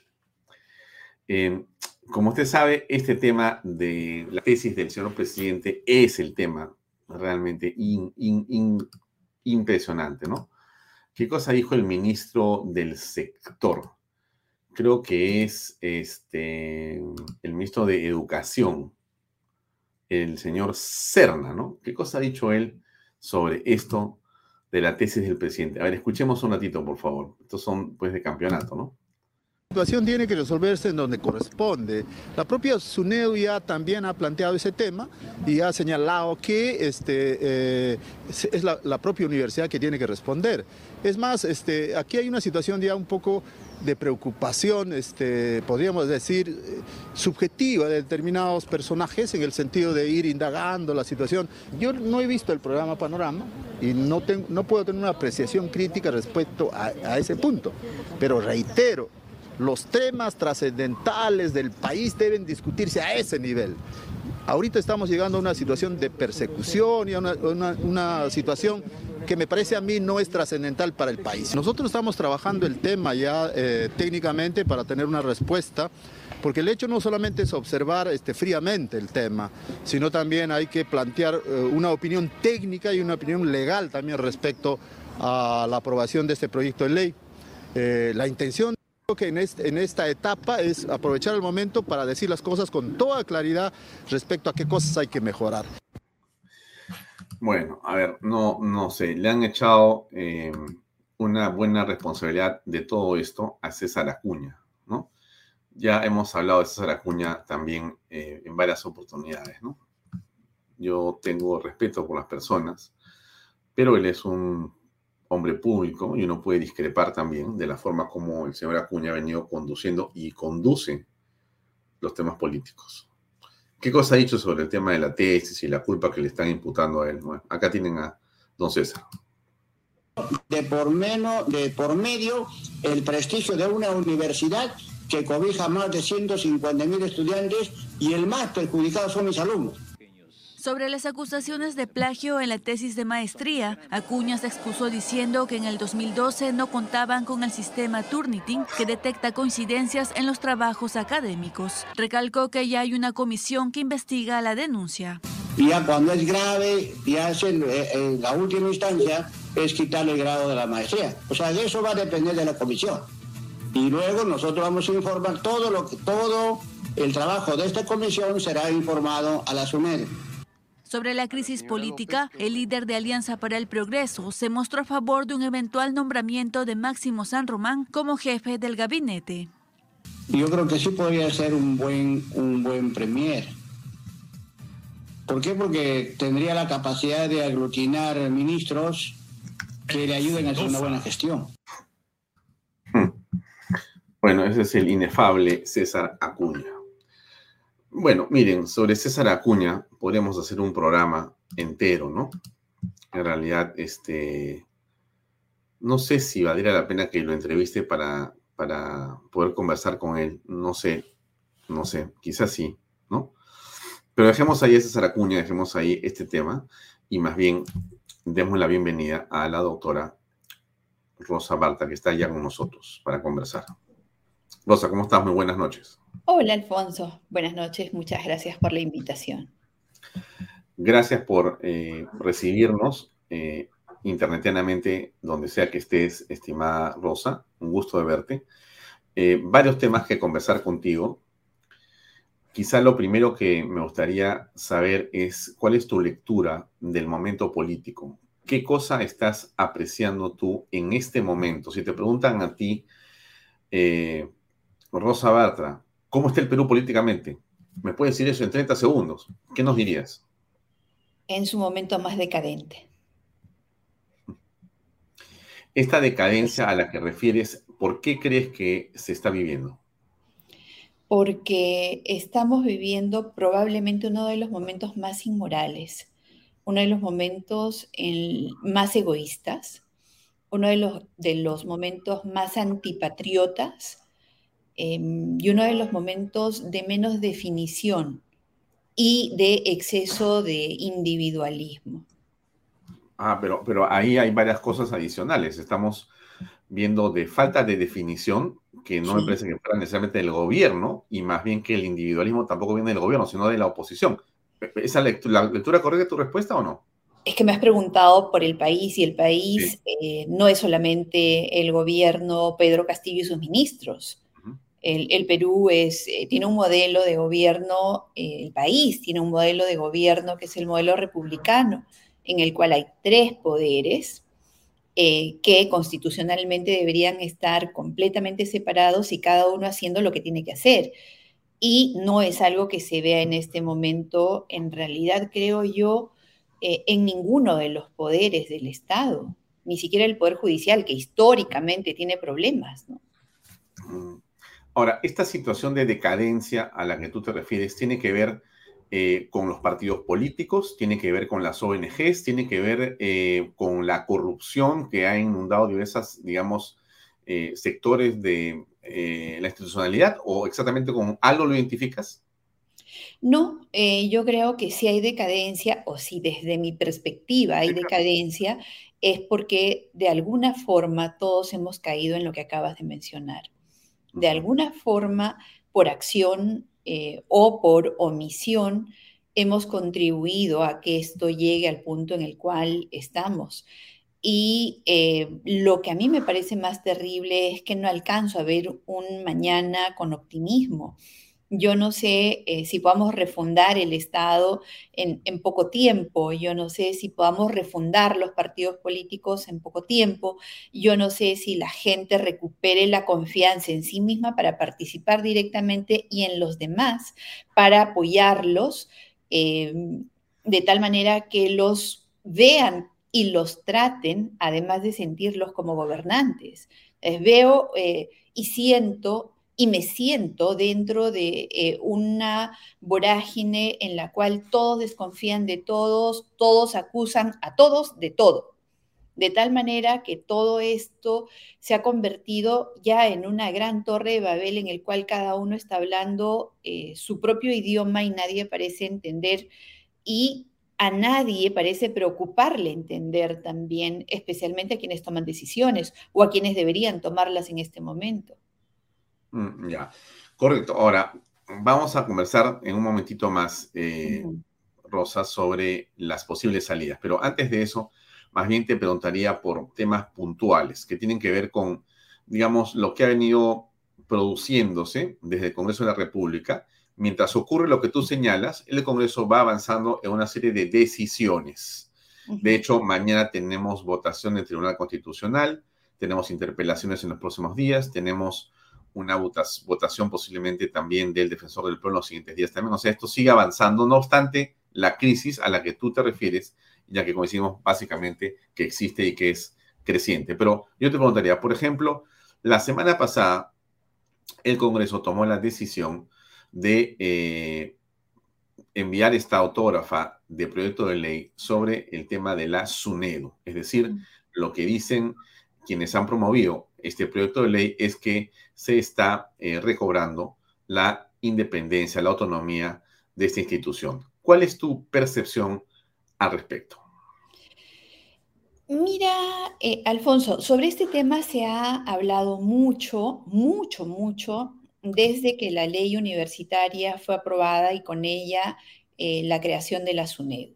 Eh, como usted sabe, este tema de la tesis del señor presidente es el tema realmente in, in, in, impresionante, ¿no? ¿Qué cosa dijo el ministro del sector? Creo que es este, el ministro de Educación, el señor Serna, ¿no? ¿Qué cosa ha dicho él sobre esto de la tesis del presidente? A ver, escuchemos un ratito, por favor. Estos son, pues, de campeonato, ¿no? La situación tiene que resolverse en donde corresponde. La propia SUNEDU ya también ha planteado ese tema y ha señalado que este, eh, es la, la propia universidad que tiene que responder. Es más, este, aquí hay una situación ya un poco de preocupación, este, podríamos decir, subjetiva de determinados personajes en el sentido de ir indagando la situación. Yo no he visto el programa Panorama y no, tengo, no puedo tener una apreciación crítica respecto a, a ese punto, pero reitero, los temas trascendentales del país deben discutirse a ese nivel. Ahorita estamos llegando a una situación de persecución y a una, una, una situación que me parece a mí no es trascendental para el país. Nosotros estamos trabajando el tema ya eh, técnicamente para tener una respuesta, porque el hecho no solamente es observar este, fríamente el tema, sino también hay que plantear eh, una opinión técnica y una opinión legal también respecto a la aprobación de este proyecto de ley. Eh, la intención que en, este, en esta etapa es aprovechar el momento para decir las cosas con toda claridad respecto a qué cosas hay que mejorar. Bueno, a ver, no, no sé, le han echado eh, una buena responsabilidad de todo esto a César Acuña, ¿no? Ya hemos hablado de César Acuña también eh, en varias oportunidades, ¿no? Yo tengo respeto por las personas, pero él es un hombre público y uno puede discrepar también de la forma como el señor Acuña ha venido conduciendo y conduce los temas políticos. ¿Qué cosa ha dicho sobre el tema de la tesis y la culpa que le están imputando a él? Bueno, acá tienen a don César. De por, menos, de por medio el prestigio de una universidad que cobija más de ciento cincuenta mil estudiantes y el más perjudicado son mis alumnos. Sobre las acusaciones de plagio en la tesis de maestría, Acuña se excusó diciendo que en el dos mil doce no contaban con el sistema Turnitin que detecta coincidencias en los trabajos académicos. Recalcó que ya hay una comisión que investiga la denuncia. Y ya cuando es grave, ya es en, en la última instancia, es quitarle el grado de la maestría. O sea, de eso va a depender de la comisión. Y luego nosotros vamos a informar todo lo que todo el trabajo de esta comisión será informado a la SUNEDU. Sobre la crisis política, el líder de Alianza para el Progreso se mostró a favor de un eventual nombramiento de Máximo San Román como jefe del gabinete. Yo creo que sí podría ser un buen, un buen premier. ¿Por qué? Porque tendría la capacidad de aglutinar ministros que le ayuden a hacer una buena gestión. Bueno, ese es el inefable César Acuña. Bueno, miren, sobre César Acuña podríamos hacer un programa entero, ¿no? En realidad, este, no sé si valdría la pena que lo entreviste para, para poder conversar con él. No sé, no sé, quizás sí, ¿no? Pero dejemos ahí a César Acuña, dejemos ahí este tema y más bien demos la bienvenida a la doctora Rosa Barta, que está ya con nosotros para conversar. Rosa, ¿cómo estás? Muy buenas noches. Hola, Alfonso. Buenas noches. Muchas gracias por la invitación. Gracias por eh, recibirnos eh, interneteanamente, donde sea que estés, estimada Rosa. Un gusto de verte. Eh, varios temas que conversar contigo. Quizá lo primero que me gustaría saber es cuál es tu lectura del momento político. ¿Qué cosa estás apreciando tú en este momento? Si te preguntan a ti, eh, Rosa Bartra, ¿cómo está el Perú políticamente? ¿Me puedes decir eso en treinta segundos? ¿Qué nos dirías? En su momento más decadente. Esta decadencia a la que refieres, ¿por qué crees que se está viviendo? Porque estamos viviendo probablemente uno de los momentos más inmorales, uno de los momentos en, más egoístas, uno de los, de los momentos más antipatriotas eh, y uno de los momentos de menos definición y de exceso de individualismo. Ah, pero, pero ahí hay varias cosas adicionales. Estamos viendo de falta de definición, que no Sí. me parece que fuera necesariamente del gobierno, y más bien que el individualismo tampoco viene del gobierno, sino de la oposición. ¿Esa lectura, la lectura correcta de tu respuesta o no? Es que me has preguntado por el país y el país Sí. eh, no es solamente el gobierno Pedro Castillo y sus ministros. Uh-huh. El, el Perú es, eh, tiene un modelo de gobierno, eh, el país tiene un modelo de gobierno que es el modelo republicano, en el cual hay tres poderes eh, que constitucionalmente deberían estar completamente separados y cada uno haciendo lo que tiene que hacer. Y no es algo que se vea en este momento, en realidad creo yo, eh, en ninguno de los poderes del Estado, ni siquiera el Poder Judicial, que históricamente tiene problemas, ¿no? Ahora, esta situación de decadencia a la que tú te refieres tiene que ver eh, con los partidos políticos, tiene que ver con las O N Ges, tiene que ver eh, con la corrupción que ha inundado diversas, digamos, eh, sectores de eh, la institucionalidad, o exactamente con algo lo identificas? No, eh, yo creo que si hay decadencia, o si desde mi perspectiva hay decadencia, es porque de alguna forma todos hemos caído en lo que acabas de mencionar. De alguna forma, por acción eh, o por omisión, hemos contribuido a que esto llegue al punto en el cual estamos. Y eh, lo que a mí me parece más terrible es que no alcanzo a ver un mañana con optimismo. Yo no sé eh, si podamos refundar el Estado en, en poco tiempo, yo no sé si podamos refundar los partidos políticos en poco tiempo, yo no sé si la gente recupere la confianza en sí misma para participar directamente y en los demás, para apoyarlos eh, de tal manera que los vean y los traten, además de sentirlos como gobernantes. Les veo eh, y siento y me siento dentro de eh, una vorágine en la cual todos desconfían de todos, todos acusan a todos de todo, de tal manera que todo esto se ha convertido ya en una gran torre de Babel en el cual cada uno está hablando eh, su propio idioma y nadie parece entender, y a nadie parece preocuparle entender también, especialmente a quienes toman decisiones o a quienes deberían tomarlas en este momento. Mm, ya, correcto. Ahora, vamos a conversar en un momentito más, eh, Ujú. Rosa, sobre las posibles salidas. Pero antes de eso, más bien te preguntaría por temas puntuales que tienen que ver con, digamos, lo que ha venido produciéndose desde el Congreso de la República. Mientras ocurre lo que tú señalas, el Congreso va avanzando en una serie de decisiones. De Ujú. hecho, mañana tenemos votación del Tribunal Constitucional, tenemos interpelaciones en los próximos días, tenemos una votas- votación posiblemente también del Defensor del Pueblo en los siguientes días también. O sea, esto sigue avanzando, no obstante, la crisis a la que tú te refieres, ya que coincidimos básicamente que existe y que es creciente. Pero yo te preguntaría, por ejemplo, la semana pasada el Congreso tomó la decisión de eh, enviar esta autógrafa de proyecto de ley sobre el tema de la SUNEDU. Es decir, lo que dicen quienes han promovido este proyecto de ley es que se está eh, recobrando la independencia, la autonomía de esta institución. ¿Cuál es tu percepción al respecto? Mira, eh, Alfonso, sobre este tema se ha hablado mucho, mucho, mucho, desde que la ley universitaria fue aprobada y con ella eh, la creación de la SUNEDU.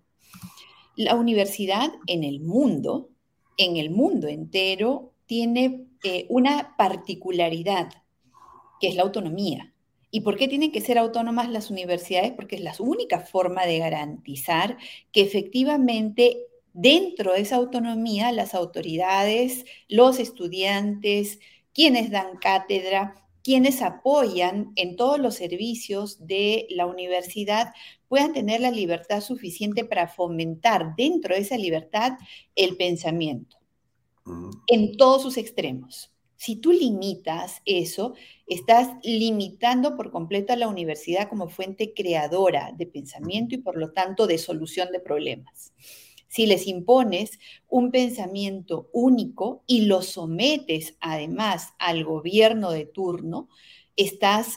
La universidad en el mundo, en el mundo entero, tiene eh, una particularidad, que es la autonomía. ¿Y por qué tienen que ser autónomas las universidades? Porque es la única forma de garantizar que efectivamente dentro de esa autonomía las autoridades, los estudiantes, quienes dan cátedra, quienes apoyan en todos los servicios de la universidad puedan tener la libertad suficiente para fomentar dentro de esa libertad el pensamiento Mm, en todos sus extremos. Si tú limitas eso, estás limitando por completo a la universidad como fuente creadora de pensamiento y por lo tanto de solución de problemas. Si les impones un pensamiento único y lo sometes además al gobierno de turno, estás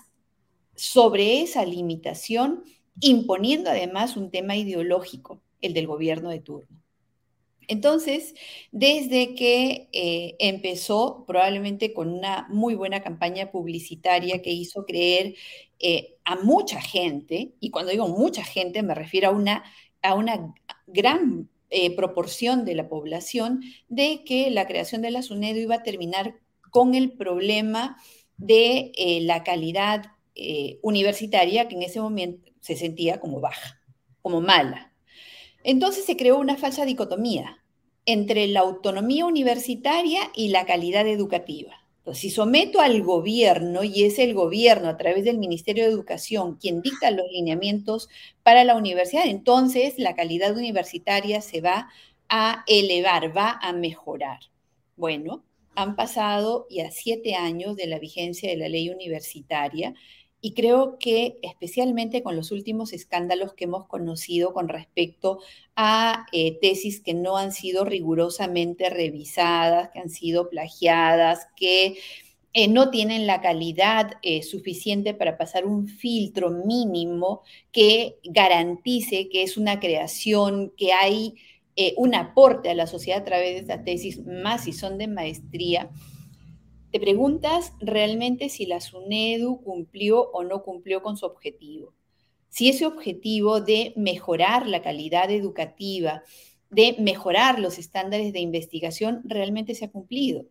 sobre esa limitación imponiendo además un tema ideológico, el del gobierno de turno. Entonces, desde que eh, empezó, probablemente con una muy buena campaña publicitaria que hizo creer eh, a mucha gente, y cuando digo mucha gente me refiero a una, a una gran eh, proporción de la población, de que la creación de la SUNEDU iba a terminar con el problema de eh, la calidad eh, universitaria que en ese momento se sentía como baja, como mala. Entonces se creó una falsa dicotomía entre la autonomía universitaria y la calidad educativa. Entonces, si someto al gobierno, y es el gobierno a través del Ministerio de Educación quien dicta los lineamientos para la universidad, entonces la calidad universitaria se va a elevar, va a mejorar. Bueno, han pasado ya siete años de la vigencia de la ley universitaria y creo que especialmente con los últimos escándalos que hemos conocido con respecto a eh, tesis que no han sido rigurosamente revisadas, que han sido plagiadas, que eh, no tienen la calidad eh, suficiente para pasar un filtro mínimo que garantice que es una creación, que hay eh, un aporte a la sociedad a través de estas tesis, más si son de maestría. Te preguntas realmente si la SUNEDU cumplió o no cumplió con su objetivo. Si ese objetivo de mejorar la calidad educativa, de mejorar los estándares de investigación, realmente se ha cumplido.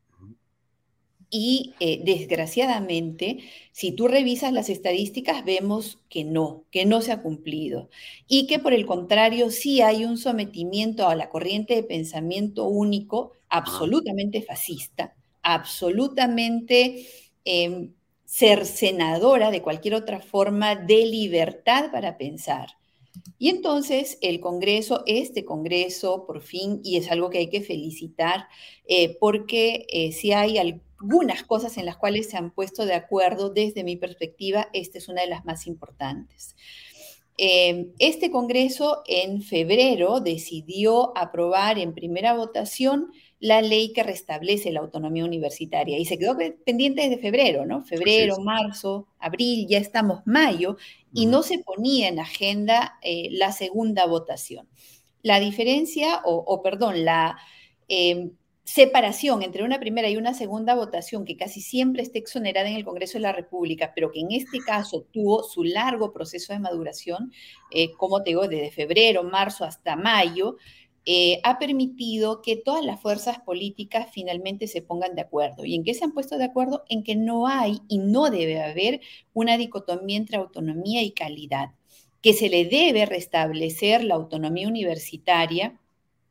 Y eh, desgraciadamente, si tú revisas las estadísticas, vemos que no, que no se ha cumplido. Y que por el contrario, sí hay un sometimiento a la corriente de pensamiento único ah, absolutamente fascista, absolutamente eh, cercenadora de cualquier otra forma de libertad para pensar. Y entonces el Congreso, este Congreso, por fin, y es algo que hay que felicitar, eh, porque eh, si hay algunas cosas en las cuales se han puesto de acuerdo, desde mi perspectiva, esta es una de las más importantes. Eh, este Congreso en febrero decidió aprobar en primera votación la ley que restablece la autonomía universitaria y se quedó pendiente desde febrero, ¿no? Febrero, Sí. marzo, abril, ya estamos mayo, y Uh-huh. no se ponía en agenda eh, la segunda votación. La diferencia, o, o perdón, la eh, separación entre una primera y una segunda votación, que casi siempre está exonerada en el Congreso de la República, pero que en este caso tuvo su largo proceso de maduración, eh, como te digo, desde febrero, marzo hasta mayo, eh, ha permitido que todas las fuerzas políticas finalmente se pongan de acuerdo. ¿Y en qué se han puesto de acuerdo? En que no hay y no debe haber una dicotomía entre autonomía y calidad, que se le debe restablecer la autonomía universitaria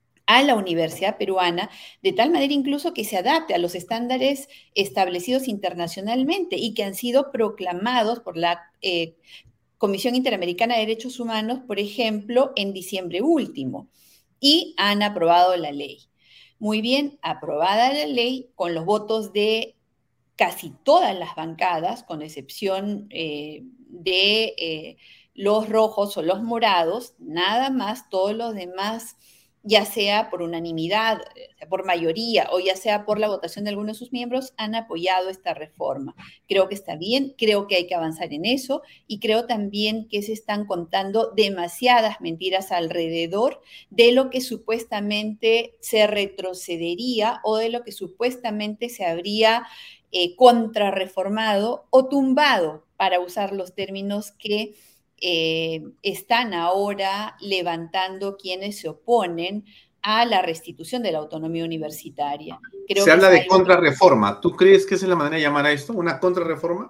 a la universidad peruana, de tal manera incluso que se adapte a los estándares establecidos internacionalmente y que han sido proclamados por la eh, Comisión Interamericana de Derechos Humanos, por ejemplo, en diciembre último, y han aprobado la ley. Muy bien, aprobada la ley con los votos de casi todas las bancadas, con excepción eh, de eh, los rojos o los morados, nada más, todos los demás, ya sea por unanimidad, por mayoría o ya sea por la votación de algunos de sus miembros, han apoyado esta reforma. Creo que está bien, creo que hay que avanzar en eso y creo también que se están contando demasiadas mentiras alrededor de lo que supuestamente se retrocedería o de lo que supuestamente se habría eh, contrarreformado o tumbado, para usar los términos que Eh, están ahora levantando quienes se oponen a la restitución de la autonomía universitaria. Creo Se que habla es de algo... contrarreforma. ¿Tú crees que esa es la manera de llamar a esto? ¿Una contrarreforma?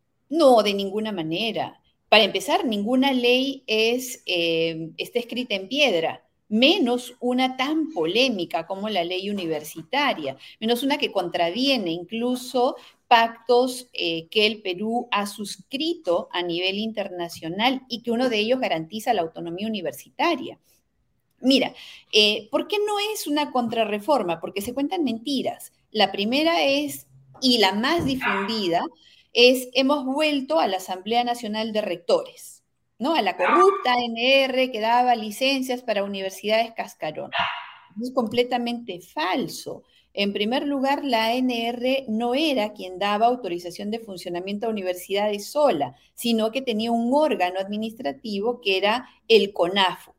No, de ninguna manera. Para empezar, ninguna ley es, eh, está escrita en piedra, menos una tan polémica como la ley universitaria, menos una que contraviene incluso pactos eh, que el Perú ha suscrito a nivel internacional y que uno de ellos garantiza la autonomía universitaria. Mira, eh, ¿por qué no es una contrarreforma? Porque se cuentan mentiras. La primera es, y la más difundida, es hemos vuelto a la Asamblea Nacional de Rectores, ¿no? A la corrupta A N R que daba licencias para universidades cascarón. Es completamente falso. En primer lugar, la A N R no era quien daba autorización de funcionamiento a universidades sola, sino que tenía un órgano administrativo que era el CONAFU.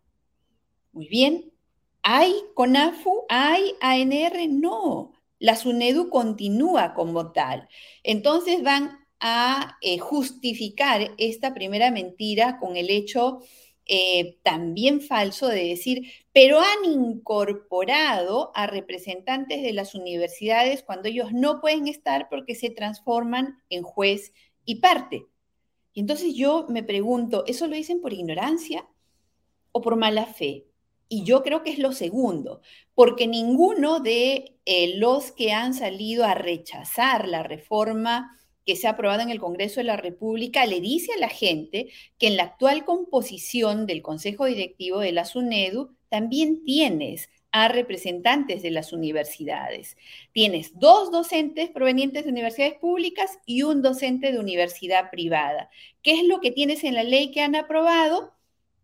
Muy bien. ¿Hay CONAFU? ¿Hay A N R? No. La SUNEDU continúa como tal. Entonces van a eh, justificar esta primera mentira con el hecho eh, también falso de decir, pero han incorporado a representantes de las universidades cuando ellos no pueden estar porque se transforman en juez y parte. Y entonces yo me pregunto, ¿eso lo dicen por ignorancia o por mala fe? Y yo creo que es lo segundo, porque ninguno de eh, los que han salido a rechazar la reforma que se ha aprobado en el Congreso de la República le dice a la gente que en la actual composición del Consejo Directivo de la SUNEDU también tienes a representantes de las universidades. Tienes dos docentes provenientes de universidades públicas y un docente de universidad privada. ¿Qué es lo que tienes en la ley que han aprobado?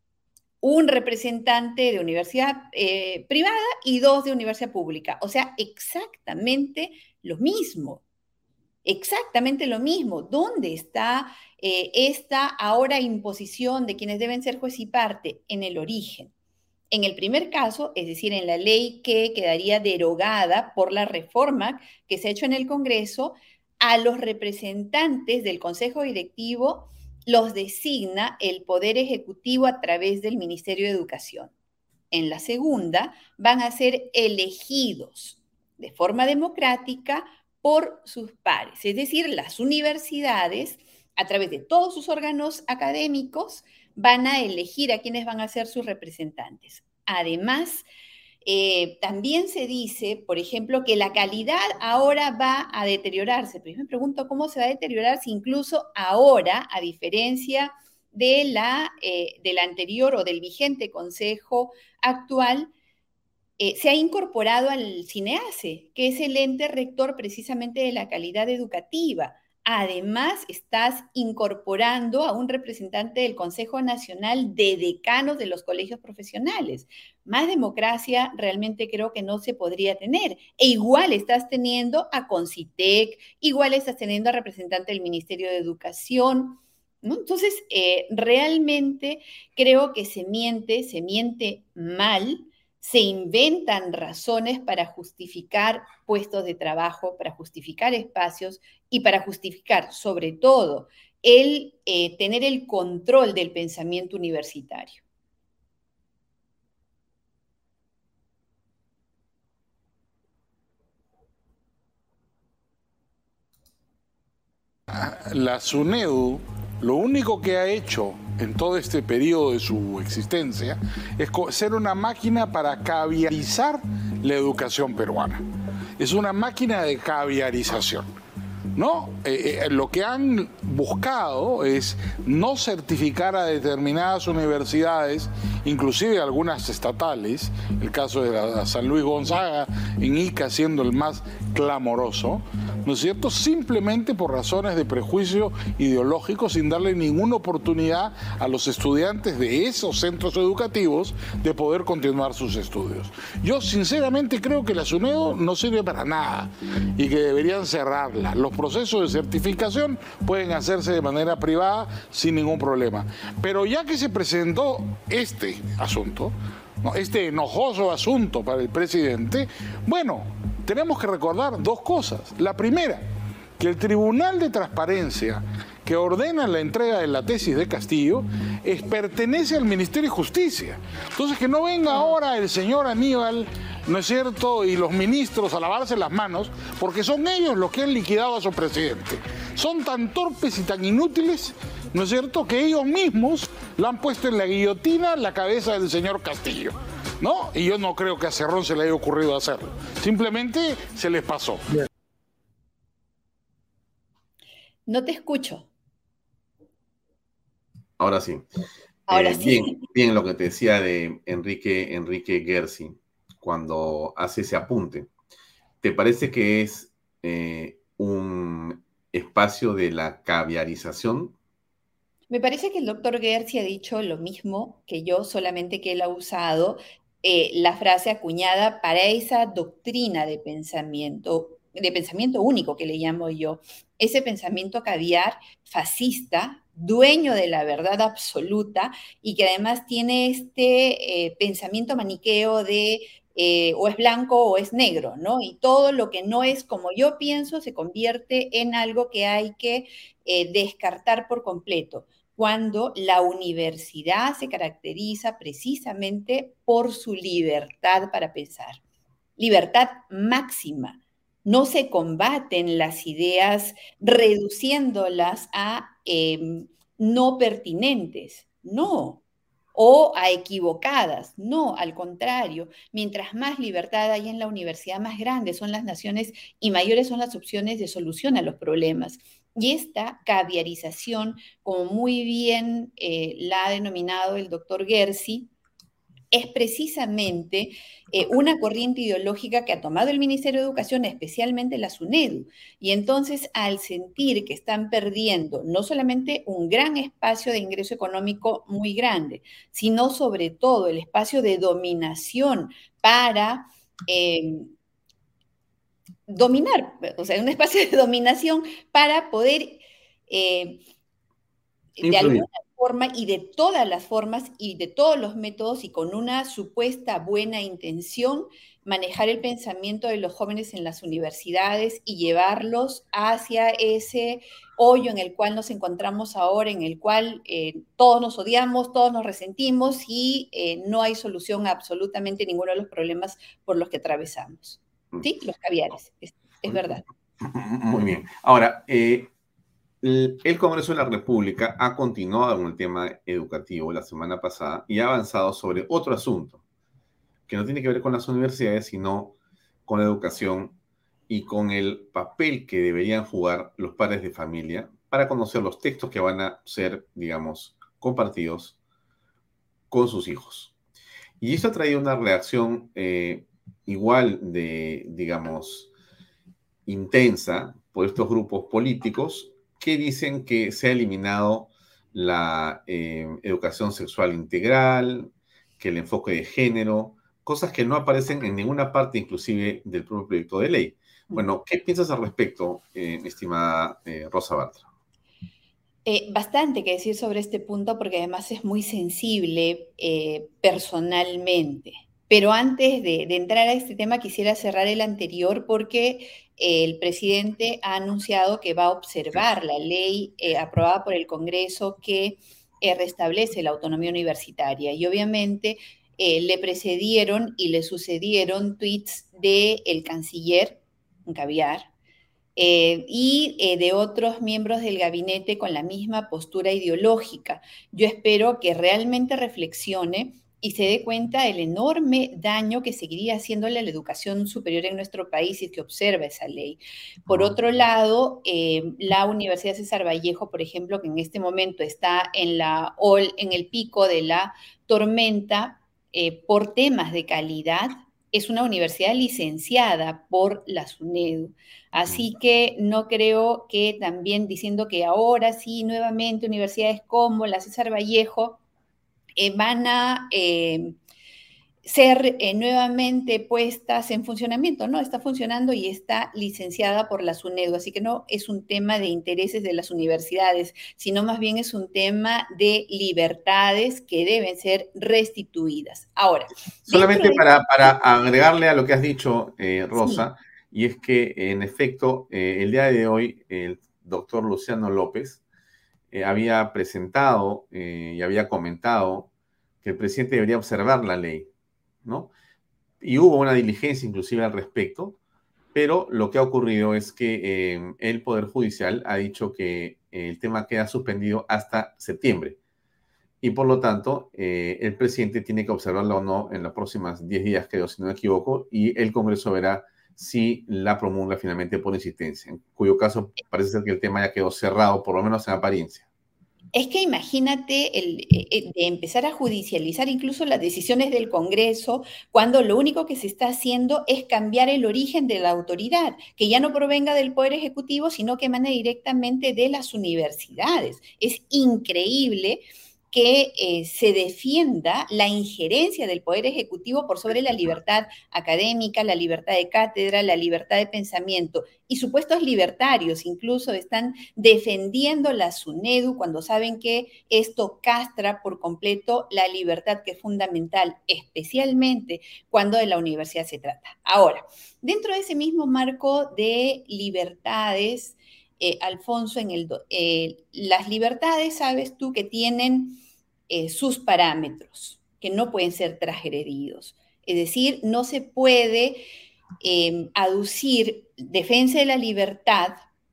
Un representante de universidad eh, privada y dos de universidad pública. O sea, exactamente lo mismo. Exactamente lo mismo. ¿Dónde está eh, esta ahora imposición de quienes deben ser juez y parte? En el origen. En el primer caso, es decir, en la ley que quedaría derogada por la reforma que se ha hecho en el Congreso, a los representantes del Consejo Directivo los designa el Poder Ejecutivo a través del Ministerio de Educación. En la segunda, van a ser elegidos de forma democrática por sus pares, es decir, las universidades, a través de todos sus órganos académicos, van a elegir a quienes van a ser sus representantes. Además, Eh, también se dice, por ejemplo, que la calidad ahora va a deteriorarse. Pero yo me pregunto cómo se va a deteriorar si incluso ahora, a diferencia de la, eh, del anterior o del vigente consejo actual, eh, se ha incorporado al CINEACE, que es el ente rector precisamente de la calidad educativa. además estás incorporando a un representante del Consejo Nacional de Decanos de los colegios profesionales. Más democracia realmente creo que no se podría tener. E igual estás teniendo a Concitec, igual estás teniendo a representante del Ministerio de Educación, ¿no? Entonces, eh, realmente creo que se miente, se miente mal, se inventan razones para justificar puestos de trabajo, para justificar espacios y para justificar, sobre todo, el eh, tener el control del pensamiento universitario. La SUNEDU lo único que ha hecho en todo este periodo de su existencia es ser una máquina para caviarizar la educación peruana. Es una máquina de caviarización, ¿no? Eh, eh, lo que han buscado es no certificar a determinadas universidades, inclusive algunas estatales, el caso de la San Luis Gonzaga en Ica siendo el más clamoroso, ¿no es cierto?, simplemente por razones de prejuicio ideológico, sin darle ninguna oportunidad a los estudiantes de esos centros educativos de poder continuar sus estudios. Yo sinceramente creo que la SUNEDU no sirve para nada y que deberían cerrarla. Los procesos de certificación pueden hacerse de manera privada sin ningún problema. Pero ya que se presentó este asunto, ¿no?, este enojoso asunto para el presidente, bueno, tenemos que recordar dos cosas. La primera, que el Tribunal de Transparencia que ordena la entrega de la tesis de Castillo es, pertenece al Ministerio de Justicia. Entonces, que no venga ahora el señor Aníbal, ¿no es cierto?, y los ministros a lavarse las manos, porque son ellos los que han liquidado a su presidente. Son tan torpes y tan inútiles, ¿no es cierto?, que ellos mismos la han puesto en la guillotina la cabeza del señor Castillo, ¿no? Y yo no creo que a Cerrón se le haya ocurrido hacerlo. Simplemente se les pasó. No te escucho. Ahora sí. Ahora eh, sí. Bien, bien lo que te decía de Enrique, Enrique Gersi, cuando hace ese apunte. ¿Te parece que es eh, un espacio de la caviarización? Me parece que el doctor Gersi ha dicho lo mismo que yo, solamente que él ha usado eh, la frase acuñada para esa doctrina de pensamiento, de pensamiento único que le llamo yo, ese pensamiento caviar fascista, dueño de la verdad absoluta y que además tiene este eh, pensamiento maniqueo de eh, o es blanco o es negro, ¿no? Y todo lo que no es como yo pienso se convierte en algo que hay que eh, descartar por completo, cuando la universidad se caracteriza precisamente por su libertad para pensar. Libertad máxima. No se combaten las ideas reduciéndolas a eh, no pertinentes, no, o a equivocadas, no, al contrario. Mientras más libertad hay en la universidad, más grandes son las naciones y mayores son las opciones de solución a los problemas. Y esta caviarización, como muy bien eh, la ha denominado el doctor Gersi, es precisamente eh, una corriente ideológica que ha tomado el Ministerio de Educación, especialmente la SUNEDU. Y entonces, al sentir que están perdiendo no solamente un gran espacio de ingreso económico muy grande, sino sobre todo el espacio de dominación para eh, dominar, o sea, un espacio de dominación para poder eh, de alguna forma y de todas las formas y de todos los métodos y con una supuesta buena intención, manejar el pensamiento de los jóvenes en las universidades y llevarlos hacia ese hoyo en el cual nos encontramos ahora, en el cual eh, todos nos odiamos, todos nos resentimos y eh, no hay solución a absolutamente ninguno de los problemas por los que atravesamos. ¿Sí? Los caviares, es, es verdad. Muy bien. Ahora, eh, el Congreso de la República ha continuado con el tema educativo la semana pasada y ha avanzado sobre otro asunto que no tiene que ver con las universidades, sino con la educación y con el papel que deberían jugar los padres de familia para conocer los textos que van a ser, digamos, compartidos con sus hijos. Y esto ha traído una reacción eh, igual de, digamos, intensa por estos grupos políticos qué dicen que se ha eliminado la eh, educación sexual integral, que el enfoque de género, cosas que no aparecen en ninguna parte, inclusive del propio proyecto de ley. Bueno, ¿qué piensas al respecto, eh, estimada eh, Rosa Bartra? Eh, bastante que decir sobre este punto porque además es muy sensible eh, personalmente. Pero antes de, de entrar a este tema quisiera cerrar el anterior porque eh, el presidente ha anunciado que va a observar la ley eh, aprobada por el Congreso que eh, restablece la autonomía universitaria. Y obviamente eh, le precedieron y le sucedieron tweets del canciller Caviar, Eh, y eh, de otros miembros del gabinete con la misma postura ideológica. Yo espero que realmente reflexione y se dé cuenta del enorme daño que seguiría haciéndole a la educación superior en nuestro país si es que observa esa ley. Por otro lado, eh, la Universidad César Vallejo, por ejemplo, que en este momento está en, la, en el pico de la tormenta eh, por temas de calidad, es una universidad licenciada por la SUNEDU. Así que no creo que también diciendo que ahora sí, nuevamente, universidades como la César Vallejo eh, van a eh, ser eh, nuevamente puestas en funcionamiento. No, está funcionando y está licenciada por la SUNEDU. Así que no es un tema de intereses de las universidades, sino más bien es un tema de libertades que deben ser restituidas. Ahora, solamente para, para agregarle a lo que has dicho, eh, Rosa, sí. Y es que, en efecto, eh, el día de hoy, el doctor Luciano López eh, había presentado eh, y había comentado que el presidente debería observar la ley, ¿no? Y hubo una diligencia inclusive al respecto, pero lo que ha ocurrido es que eh, el Poder Judicial ha dicho que el tema queda suspendido hasta septiembre. Y por lo tanto, eh, el presidente tiene que observarla o no en los próximos diez días, creo, si no me equivoco, y el Congreso verá si la promulga finalmente por insistencia, en cuyo caso parece ser que el tema ya quedó cerrado, por lo menos en apariencia. Es que imagínate el, el, de empezar a judicializar incluso las decisiones del Congreso cuando lo único que se está haciendo es cambiar el origen de la autoridad, que ya no provenga del Poder Ejecutivo, sino que emane directamente de las universidades. Es increíble que eh, se defienda la injerencia del Poder Ejecutivo por sobre la libertad académica, la libertad de cátedra, la libertad de pensamiento. Y supuestos libertarios incluso están defendiendo la SUNEDU cuando saben que esto castra por completo la libertad que es fundamental, especialmente cuando de la universidad se trata. Ahora, dentro de ese mismo marco de libertades, Eh, Alfonso, en el, eh, las libertades, sabes tú, que tienen eh, sus parámetros, que no pueden ser transgredidos. Es decir, no se puede eh, aducir defensa de la libertad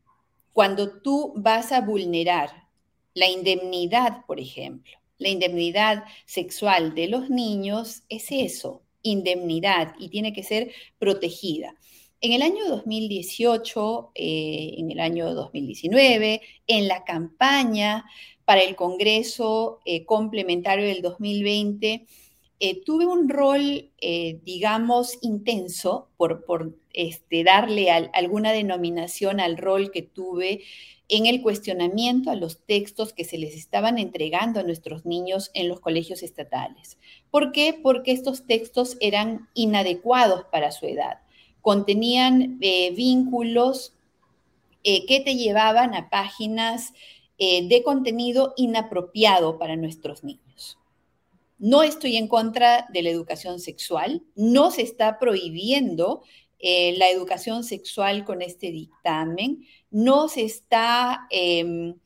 cuando tú vas a vulnerar la indemnidad, por ejemplo. La indemnidad sexual de los niños es eso, indemnidad, y tiene que ser protegida. En el año dos mil dieciocho, eh, en el año dos mil diecinueve, en la campaña para el Congreso eh, complementario del dos mil veinte, eh, tuve un rol, eh, digamos, intenso por, por este, darle a, alguna denominación al rol que tuve en el cuestionamiento a los textos que se les estaban entregando a nuestros niños en los colegios estatales. ¿Por qué? Porque estos textos eran inadecuados para su edad. Contenían eh, vínculos eh, que te llevaban a páginas eh, de contenido inapropiado para nuestros niños. No estoy en contra de la educación sexual, no se está prohibiendo eh, la educación sexual con este dictamen, no se está eh,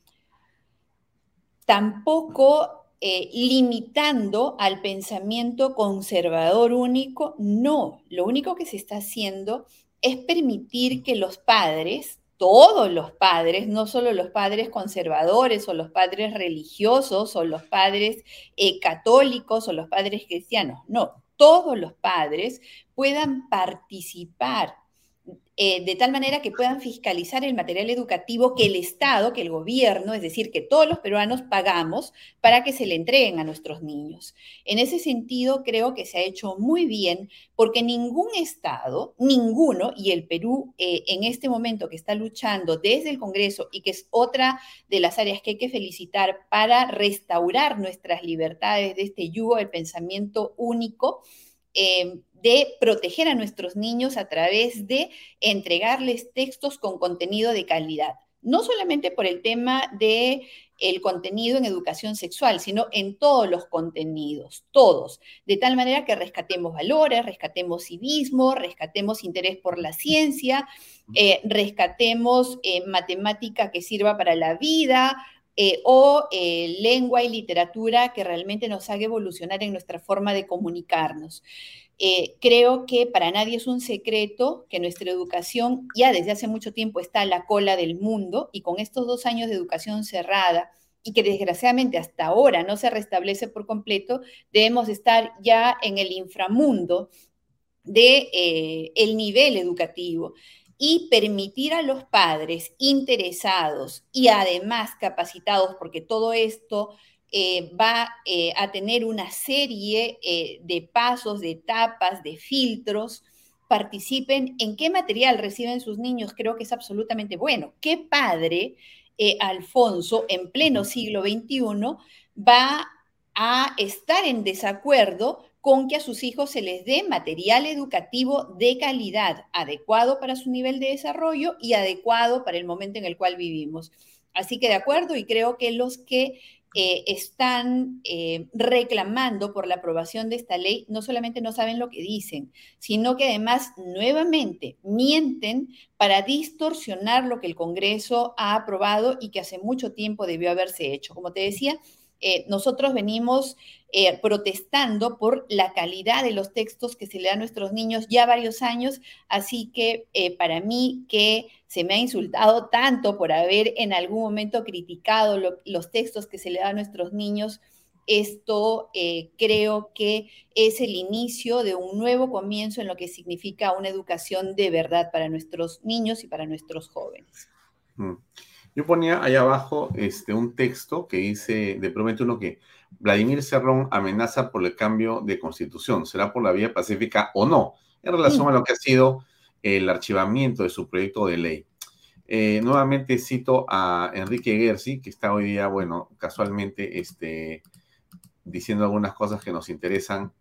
tampoco Eh, limitando al pensamiento conservador único, no. Lo único que se está haciendo es permitir que los padres, todos los padres, no solo los padres conservadores o los padres religiosos o los padres eh, católicos o los padres cristianos, no, todos los padres puedan participar eh, de tal manera que puedan fiscalizar el material educativo que el Estado, que el gobierno, es decir, que todos los peruanos pagamos para que se le entreguen a nuestros niños. En ese sentido, creo que se ha hecho muy bien porque ningún Estado, ninguno, y el Perú eh, en este momento que está luchando desde el Congreso y que es otra de las áreas que hay que felicitar para restaurar nuestras libertades de este yugo del pensamiento único, eh, de proteger a nuestros niños a través de entregarles textos con contenido de calidad. No solamente por el tema de el contenido en educación sexual, sino en todos los contenidos, todos, de tal manera que rescatemos valores, rescatemos civismo, rescatemos interés por la ciencia, eh, rescatemos eh, matemática que sirva para la vida, eh, o eh, lengua y literatura que realmente nos haga evolucionar en nuestra forma de comunicarnos. Eh, creo que para nadie es un secreto que nuestra educación ya desde hace mucho tiempo está a la cola del mundo, y con estos dos años de educación cerrada y que desgraciadamente hasta ahora no se restablece por completo, debemos estar ya en el inframundo de, eh, el nivel educativo, y permitir a los padres interesados y además capacitados, porque todo esto Eh, va eh, a tener una serie eh, de pasos, de etapas, de filtros, participen en qué material reciben sus niños, creo que es absolutamente bueno. ¿Qué padre, eh, Alfonso, en pleno siglo veintiuno, va a estar en desacuerdo con que a sus hijos se les dé material educativo de calidad, adecuado para su nivel de desarrollo y adecuado para el momento en el cual vivimos? Así que de acuerdo, y creo que los que Eh, están eh, reclamando por la aprobación de esta ley, no solamente no saben lo que dicen, sino que además nuevamente mienten para distorsionar lo que el Congreso ha aprobado y que hace mucho tiempo debió haberse hecho. Como te decía, eh, nosotros venimos eh, protestando por la calidad de los textos que se le dan a nuestros niños ya varios años, así que eh, para mí que se me ha insultado tanto por haber en algún momento criticado lo, los textos que se le dan a nuestros niños, esto eh, creo que es el inicio de un nuevo comienzo en lo que significa una educación de verdad para nuestros niños y para nuestros jóvenes. Mm. Yo ponía ahí abajo este, un texto que dice, de Promete Uno, que Vladimir Cerrón amenaza por el cambio de constitución. ¿Será por la vía pacífica o no? En relación sí. a lo que ha sido el archivamiento de su proyecto de ley. Eh, nuevamente cito a Enrique Gersi, que está hoy día, bueno, casualmente este, diciendo algunas cosas que nos interesan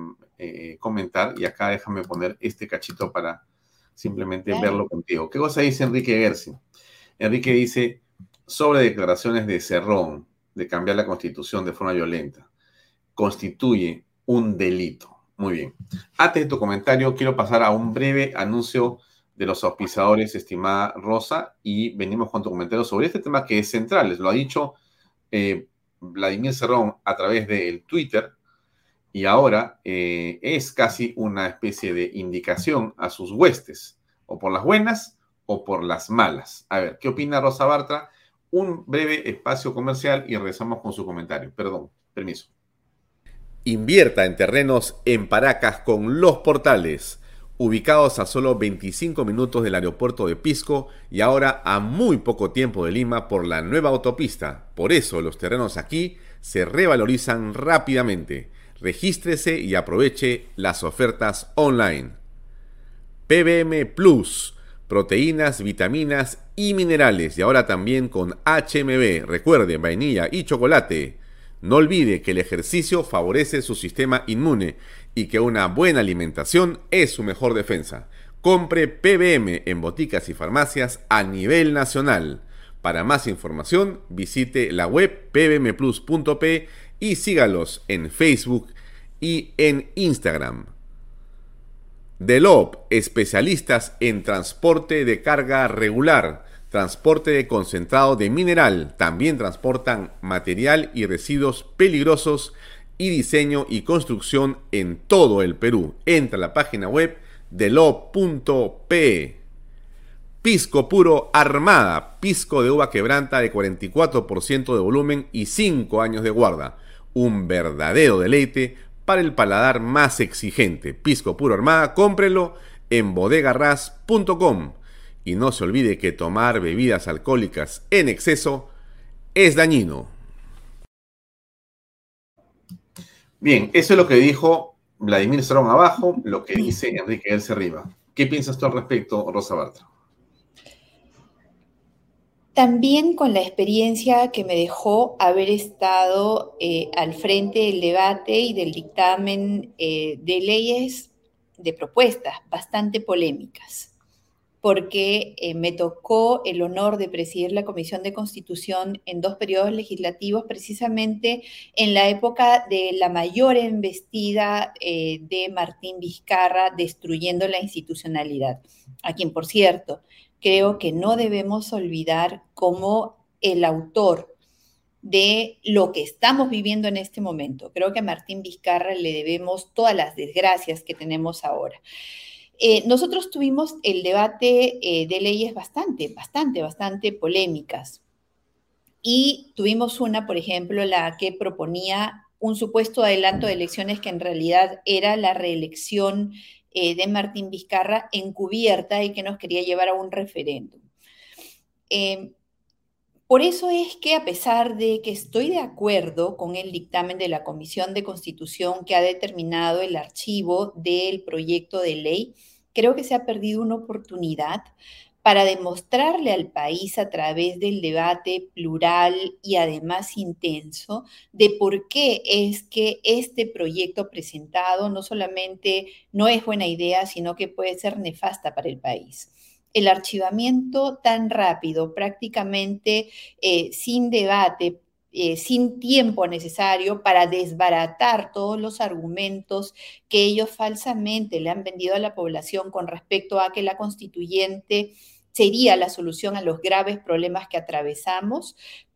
eh, comentar. Y acá déjame poner este cachito para simplemente claro. verlo contigo. ¿Qué cosa dice Enrique Gersi? Enrique dice, sobre declaraciones de Cerrón, de cambiar la Constitución de forma violenta, constituye un delito. Muy bien. Antes de tu comentario, quiero pasar a un breve anuncio de los auspiciadores, estimada Rosa, y venimos con tu comentario sobre este tema que es central. Lo ha dicho eh, Vladimir Cerrón a través del Twitter, y ahora eh, es casi una especie de indicación a sus huestes, o por las buenas, o por las malas. A ver, ¿qué opina Rosa Bartra? Un breve espacio comercial y regresamos con su comentario. Perdón, permiso. Invierta en terrenos en Paracas con Los Portales, ubicados a solo veinticinco minutos del aeropuerto de Pisco y ahora a muy poco tiempo de Lima por la nueva autopista. Por eso los terrenos aquí se revalorizan rápidamente. Regístrese y aproveche las ofertas online. P B M Plus, proteínas, vitaminas y minerales, y ahora también con H M B. Recuerde, vainilla y chocolate. No olvide que el ejercicio favorece su sistema inmune y que una buena alimentación es su mejor defensa. Compre P B M en boticas y farmacias a nivel nacional. Para más información, visite la web p b m plus punto p y sígalos en Facebook y en Instagram. Delop, especialistas en transporte de carga regular, transporte de concentrado de mineral, también transportan material y residuos peligrosos y diseño y construcción en todo el Perú. Entra a la página web delop punto pe. Pisco Puro Armada, pisco de uva quebranta de cuarenta y cuatro por ciento de volumen y cinco años de guarda. Un verdadero deleite para el paladar más exigente. Pisco Puro Armada, cómprelo en bodegarras punto com. Y no se olvide que tomar bebidas alcohólicas en exceso es dañino. Bien, eso es lo que dijo Vladimir Cerrón abajo, lo que dice Enrique Elce arriba. ¿Qué piensas tú al respecto, Rosa Bartra? También con la experiencia que me dejó haber estado eh, al frente del debate y del dictamen eh, de leyes, de propuestas bastante polémicas, porque eh, me tocó el honor de presidir la Comisión de Constitución en dos periodos legislativos, precisamente en la época de la mayor embestida eh, de Martín Vizcarra, destruyendo la institucionalidad, a quien, por cierto, creo que no debemos olvidar como el autor de lo que estamos viviendo en este momento. Creo que a Martín Vizcarra le debemos todas las desgracias que tenemos ahora. Eh, nosotros tuvimos el debate eh, de leyes bastante, bastante, bastante polémicas. Y tuvimos una, por ejemplo, la que proponía un supuesto adelanto de elecciones que en realidad era la reelección eh, de Martín Vizcarra encubierta y que nos quería llevar a un referéndum. Eh, Por eso es que, a pesar de que estoy de acuerdo con el dictamen de la Comisión de Constitución que ha determinado el archivo del proyecto de ley, creo que se ha perdido una oportunidad para demostrarle al país a través del debate plural y además intenso de por qué es que este proyecto presentado no solamente no es buena idea, sino que puede ser nefasta para el país. El archivamiento tan rápido, prácticamente eh, sin debate, eh, sin tiempo necesario para desbaratar todos los argumentos que ellos falsamente le han vendido a la población con respecto a que la constituyente sería la solución a los graves problemas que atravesamos,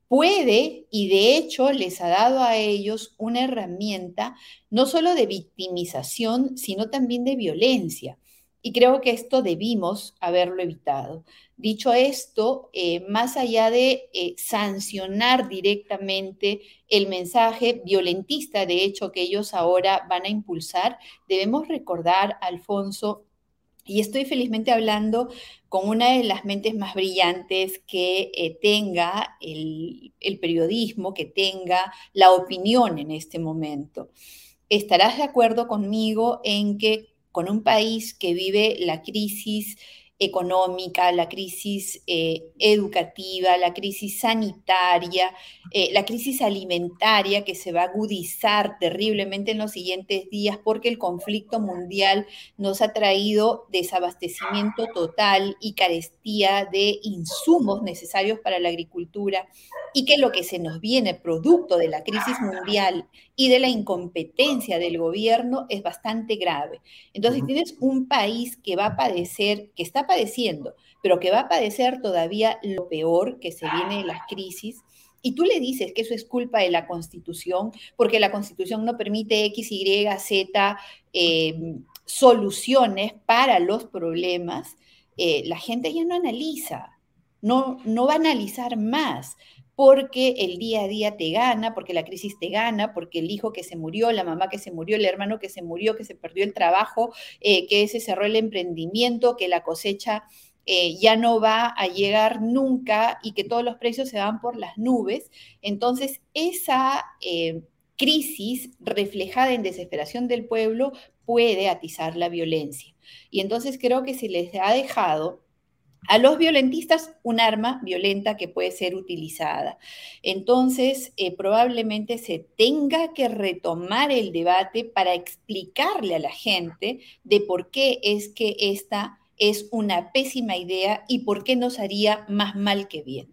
puede, y de hecho les ha dado a ellos una herramienta no solo de victimización, sino también de violencia. Y creo que esto debimos haberlo evitado. Dicho esto, eh, más allá de eh, sancionar directamente el mensaje violentista, de hecho, que ellos ahora van a impulsar, debemos recordar, Alfonso, y estoy felizmente hablando con una de las mentes más brillantes que eh, tenga el, el periodismo, que tenga la opinión en este momento. Estarás de acuerdo conmigo en que con un país que vive la crisis económica, la crisis eh, educativa, la crisis sanitaria, eh, la crisis alimentaria que se va a agudizar terriblemente en los siguientes días porque el conflicto mundial nos ha traído desabastecimiento total y carestía de insumos necesarios para la agricultura, y que lo que se nos viene producto de la crisis mundial y de la incompetencia del gobierno es bastante grave. Entonces, tienes un país que va a padecer, que está padeciendo, pero que va a padecer todavía lo peor que se viene de las crisis, y tú le dices que eso es culpa de la Constitución, porque la Constitución no permite X, Y, Z eh, soluciones para los problemas, eh, la gente ya no analiza, no, no va a analizar más, porque el día a día te gana, porque la crisis te gana, porque el hijo que se murió, la mamá que se murió, el hermano que se murió, que se perdió el trabajo, eh, que se cerró el emprendimiento, que la cosecha eh, ya no va a llegar nunca y que todos los precios se van por las nubes. Entonces, esa eh, crisis reflejada en desesperación del pueblo puede atizar la violencia. Y entonces creo que se les ha dejado a los violentistas un arma violenta que puede ser utilizada. Entonces, eh, probablemente se tenga que retomar el debate para explicarle a la gente de por qué es que esta es una pésima idea y por qué nos haría más mal que bien.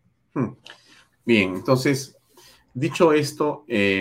Bien, entonces, dicho esto, eh,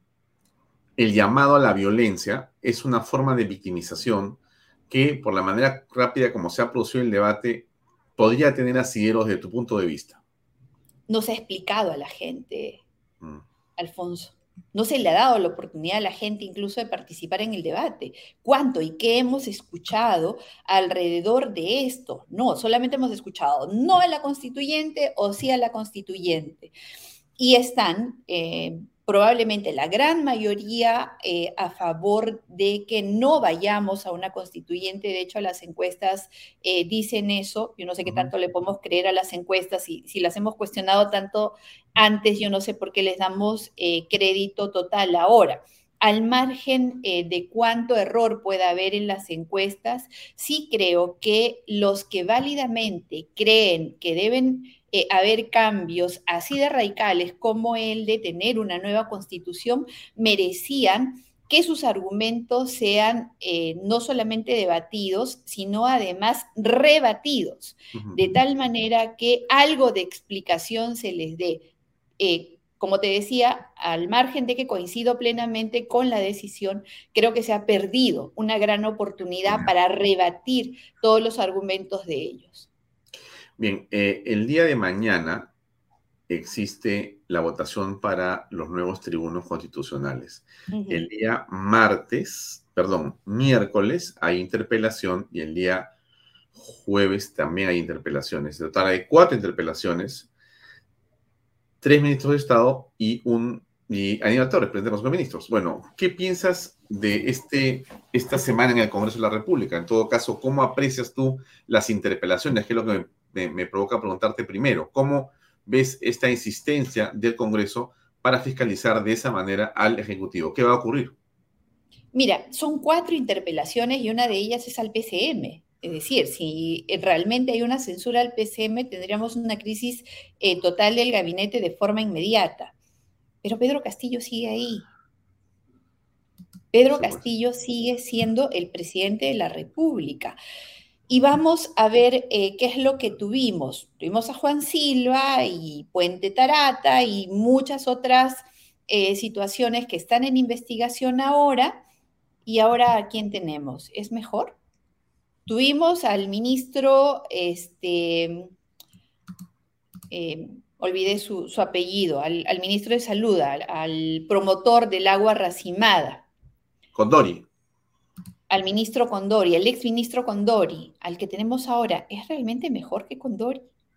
el llamado a la violencia es una forma de victimización que, por la manera rápida como se ha producido el debate, podría tener asideros desde tu punto de vista. No se ha explicado a la gente, mm. Alfonso. No se le ha dado la oportunidad a la gente incluso de participar en el debate. ¿Cuánto y qué hemos escuchado alrededor de esto? No, solamente hemos escuchado no a la constituyente o sí a la constituyente. Y están, eh, probablemente la gran mayoría eh, a favor de que no vayamos a una constituyente. De hecho, las encuestas eh, dicen eso. Yo no sé qué tanto le podemos creer a las encuestas. Si, si las hemos cuestionado tanto antes, yo no sé por qué les damos eh, crédito total ahora. Al margen eh, de cuánto error pueda haber en las encuestas, sí creo que los que válidamente creen que deben eh, haber cambios así de radicales como el de tener una nueva constitución, merecían que sus argumentos sean eh, no solamente debatidos, sino además rebatidos, uh-huh. de tal manera que algo de explicación se les dé. Eh, Como te decía, al margen de que coincido plenamente con la decisión, creo que se ha perdido una gran oportunidad para rebatir todos los argumentos de ellos. Bien, eh, el día de mañana existe la votación para los nuevos tribunos constitucionales. Uh-huh. El día martes, perdón, miércoles hay interpelación y el día jueves también hay interpelaciones. En total hay cuatro interpelaciones. Tres ministros de Estado y un y Aníbal Torres, presidente del Consejo de Ministros. Bueno, ¿qué piensas de este, esta semana en el Congreso de la República? En todo caso, ¿cómo aprecias tú las interpelaciones? Que es lo que me, me, me provoca preguntarte primero. ¿Cómo ves esta insistencia del Congreso para fiscalizar de esa manera al Ejecutivo? ¿Qué va a ocurrir? Mira, son cuatro interpelaciones y una de ellas es al P C M. Es decir, si realmente hay una censura al P C M, tendríamos una crisis eh, total del gabinete de forma inmediata. Pero Pedro Castillo sigue ahí. Pedro Castillo sigue siendo el presidente de la República. Y vamos a ver eh, qué es lo que tuvimos. Tuvimos a Juan Silva y Puente Tarata y muchas otras eh, situaciones que están en investigación ahora. ¿Y ahora a quién tenemos? ¿Es mejor? Tuvimos al ministro, este, eh, olvidé su, su apellido, al, al ministro de Salud, al, al promotor del agua racimada. Condori. Al ministro Condori, el exministro Condori, al que tenemos ahora, ¿es realmente mejor que Condori?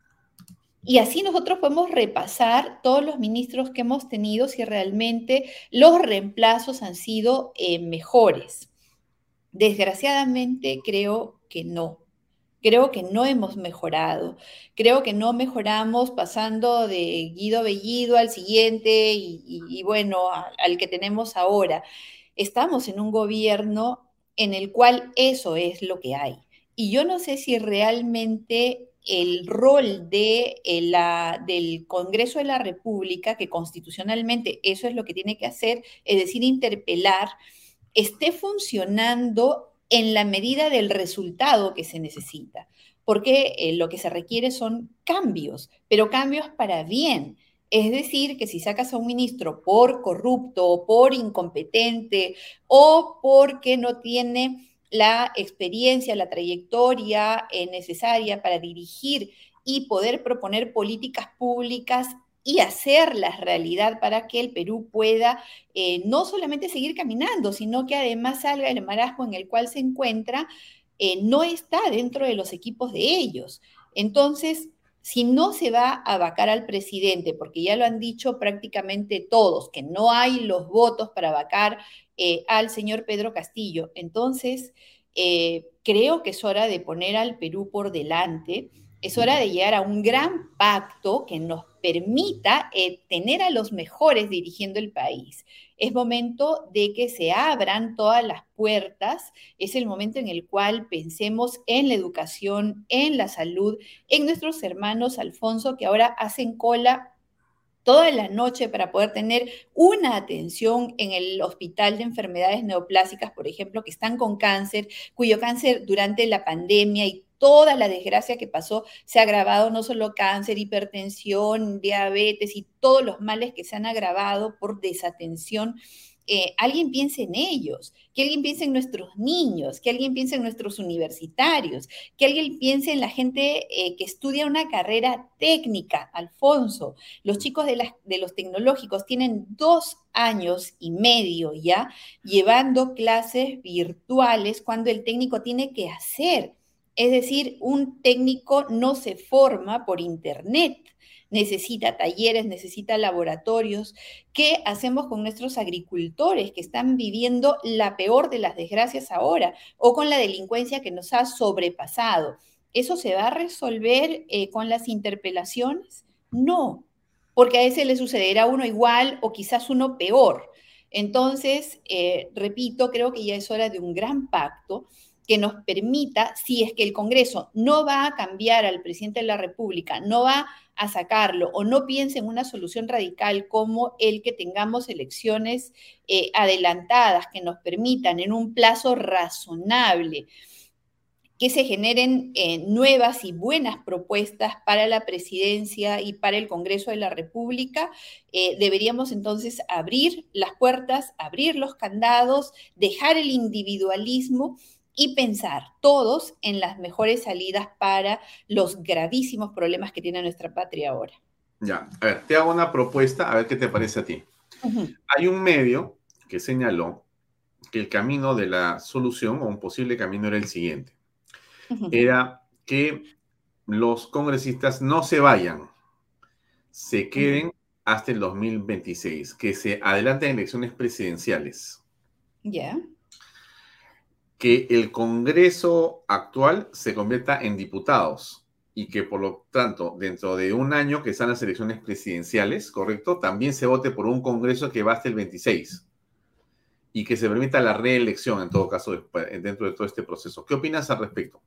Y así nosotros podemos repasar todos los ministros que hemos tenido si realmente los reemplazos han sido eh, mejores. Desgraciadamente creo que no. Creo que no hemos mejorado. Creo que no mejoramos pasando de Guido Bellido al siguiente y, y, y bueno, al, al que tenemos ahora. Estamos en un gobierno en el cual eso es lo que hay. Y yo no sé si realmente el rol de la, del Congreso de la República, que constitucionalmente eso es lo que tiene que hacer, es decir, interpelar, esté funcionando en la medida del resultado que se necesita, porque eh, lo que se requiere son cambios, pero cambios para bien. Es decir, que si sacas a un ministro por corrupto o por incompetente o porque no tiene la experiencia, la trayectoria eh, necesaria para dirigir y poder proponer políticas públicas y hacerlas realidad para que el Perú pueda eh, no solamente seguir caminando, sino que además salga del marasmo en el cual se encuentra, eh, no está dentro de los equipos de ellos. Entonces, si no se va a vacar al presidente, porque ya lo han dicho prácticamente todos, que no hay los votos para vacar eh, al señor Pedro Castillo, entonces eh, creo que es hora de poner al Perú por delante. Es hora de llegar a un gran pacto que nos permita eh, tener a los mejores dirigiendo el país. Es momento de que se abran todas las puertas. Es el momento en el cual pensemos en la educación, en la salud, en nuestros hermanos, Alfonso, que ahora hacen cola toda la noche para poder tener una atención en el Hospital de Enfermedades Neoplásicas, por ejemplo, que están con cáncer, cuyo cáncer durante la pandemia y toda la desgracia que pasó se ha agravado, no solo cáncer, hipertensión, diabetes y todos los males que se han agravado por desatención. Eh, alguien piense en ellos, que alguien piense en nuestros niños, que alguien piense en nuestros universitarios, que alguien piense en la gente eh, que estudia una carrera técnica, Alfonso. Los chicos de, las, de los tecnológicos tienen dos años y medio ya llevando clases virtuales cuando el técnico tiene que hacer. Es decir, un técnico no se forma por internet. necesita talleres, necesita laboratorios. ¿Qué hacemos con nuestros agricultores que están viviendo la peor de las desgracias ahora? O con la delincuencia que nos ha sobrepasado. ¿Eso se va a resolver eh, con las interpelaciones? No, porque a ese le sucederá uno igual o quizás uno peor. Entonces, eh, repito, creo que ya es hora de un gran pacto que nos permita, si es que el Congreso no va a cambiar al presidente de la República, no va a sacarlo o no piensa en una solución radical como el que tengamos elecciones eh, adelantadas que nos permitan en un plazo razonable que se generen eh, nuevas y buenas propuestas para la presidencia y para el Congreso de la República, eh, deberíamos entonces abrir las puertas, abrir los candados, dejar el individualismo y pensar todos en las mejores salidas para los gravísimos problemas que tiene nuestra patria ahora. Ya, a ver, te hago una propuesta, a ver qué te parece a ti. Uh-huh. Hay un medio que señaló que el camino de la solución o un posible camino era el siguiente. Uh-huh. Era que los congresistas no se vayan, se queden uh-huh. hasta el dos mil veintiséis, que se adelanten elecciones presidenciales. Ya. Yeah. Que el Congreso actual se convierta en diputados y que por lo tanto dentro de un año que están las elecciones presidenciales, ¿correcto? También se vote por un Congreso que va hasta el veintiséis y que se permita la reelección en todo caso dentro de todo este proceso. ¿Qué opinas al respecto?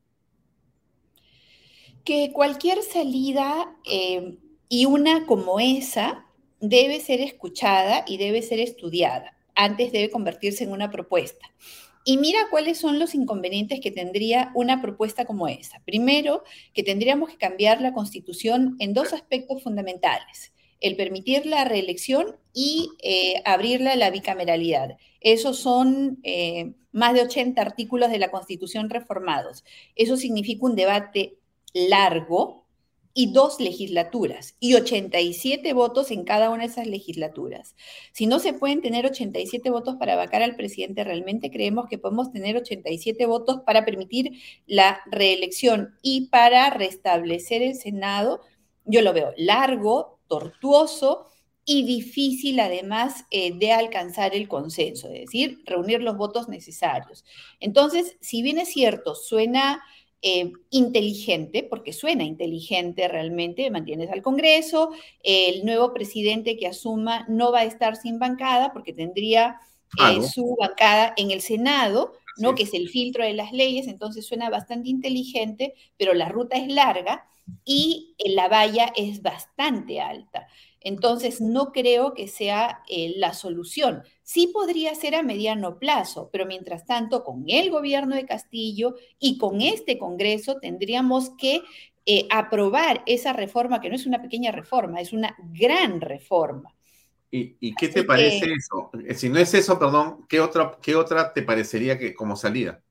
Que cualquier salida eh, y una como esa debe ser escuchada y debe ser estudiada. Antes debe convertirse en una propuesta. Y mira cuáles son los inconvenientes que tendría una propuesta como esa. Primero, que tendríamos que cambiar la Constitución en dos aspectos fundamentales. El permitir la reelección y eh, abrirla a la bicameralidad. Esos son eh, más de ochenta artículos de la Constitución reformados. Eso significa un debate largo y dos legislaturas, y ochenta y siete votos en cada una de esas legislaturas. Si no se pueden tener ochenta y siete votos para vacar al presidente, realmente creemos que podemos tener ochenta y siete votos para permitir la reelección y para restablecer el Senado. Yo lo veo largo, tortuoso y difícil además eh, de alcanzar el consenso, es decir, reunir los votos necesarios. Entonces, si bien es cierto, suena Eh, inteligente, porque suena inteligente realmente, mantienes al Congreso, el nuevo presidente que asuma no va a estar sin bancada porque tendría ah, eh, ¿no? su bancada en el Senado, ¿no? Sí. Que es el filtro de las leyes, entonces suena bastante inteligente, pero la ruta es larga y la valla es bastante alta. Entonces, no creo que sea eh, la solución. Sí podría ser a mediano plazo, pero mientras tanto, con el gobierno de Castillo y con este Congreso tendríamos que eh, aprobar esa reforma, que no es una pequeña reforma, es una gran reforma. ¿Y, y qué te Así parece que, eso? Si no es eso, perdón, ¿qué otra, qué otra te parecería que como salida?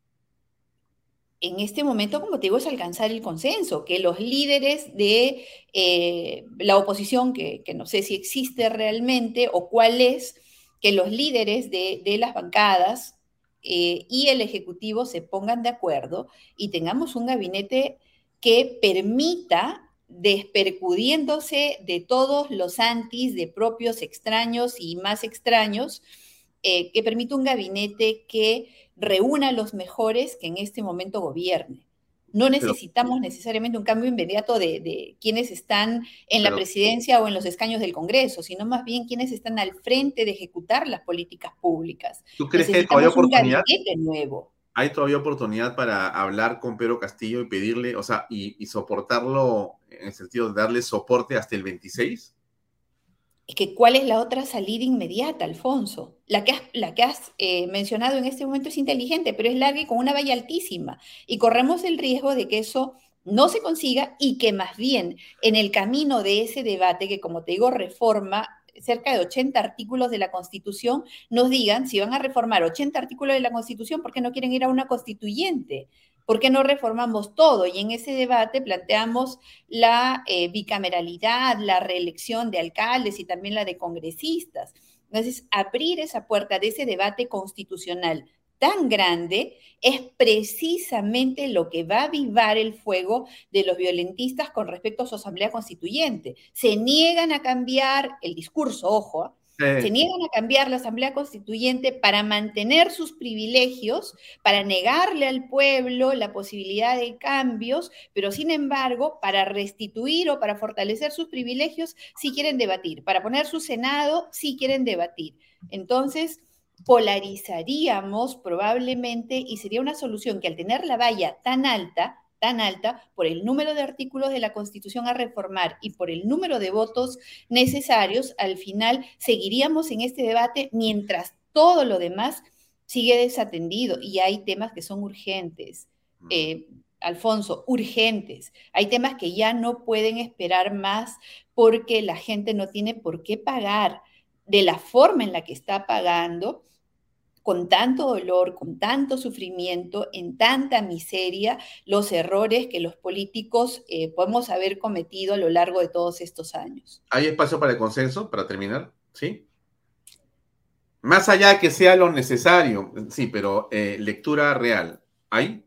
en este momento, como te digo, es alcanzar el consenso, que los líderes de eh, la oposición, que, que no sé si existe realmente o cuál es, que los líderes de, de las bancadas eh, y el Ejecutivo se pongan de acuerdo y tengamos un gabinete que permita, despercudiéndose de todos los antis, de propios extraños y más extraños, eh, que permita un gabinete que reúna a los mejores que en este momento gobierne. No necesitamos pero, necesariamente un cambio inmediato de, de quienes están en pero, la presidencia o en los escaños del Congreso, sino más bien quienes están al frente de ejecutar las políticas públicas. ¿Tú crees que todavía hay oportunidad? Un gabinete nuevo. ¿Hay todavía oportunidad para hablar con Pedro Castillo y pedirle, o sea, y, y soportarlo en el sentido de darle soporte hasta el veintiséis? Es que ¿cuál es la otra salida inmediata, Alfonso? La que has, la que has eh, mencionado en este momento es inteligente, pero es larga y con una valla altísima. Y corremos el riesgo de que eso no se consiga y que más bien en el camino de ese debate, que como te digo, reforma cerca de ochenta artículos de la Constitución, nos digan si van a reformar ochenta artículos de la Constitución, ¿por qué no quieren ir a una constituyente? ¿Por qué no reformamos todo? Y en ese debate planteamos la eh, bicameralidad, la reelección de alcaldes y también la de congresistas. Entonces, abrir esa puerta de ese debate constitucional tan grande es precisamente lo que va a avivar el fuego de los violentistas con respecto a su asamblea constituyente. Se niegan a cambiar el discurso, ojo, ¿eh? Se niegan a cambiar la asamblea constituyente para mantener sus privilegios, para negarle al pueblo la posibilidad de cambios, pero sin embargo, para restituir o para fortalecer sus privilegios, sí quieren debatir, para poner su Senado, sí quieren debatir. Entonces, polarizaríamos probablemente y sería una solución que al tener la valla tan alta, tan alta, por el número de artículos de la Constitución a reformar y por el número de votos necesarios, al final seguiríamos en este debate mientras todo lo demás sigue desatendido y hay temas que son urgentes. Eh, Alfonso, urgentes. Hay temas que ya no pueden esperar más porque la gente no tiene por qué pagar de la forma en la que está pagando, con tanto dolor, con tanto sufrimiento, en tanta miseria, los errores que los políticos eh, podemos haber cometido a lo largo de todos estos años. ¿Hay espacio para el consenso, para terminar? ¿Sí? Más allá de que sea lo necesario, sí, pero eh, lectura real, ¿hay?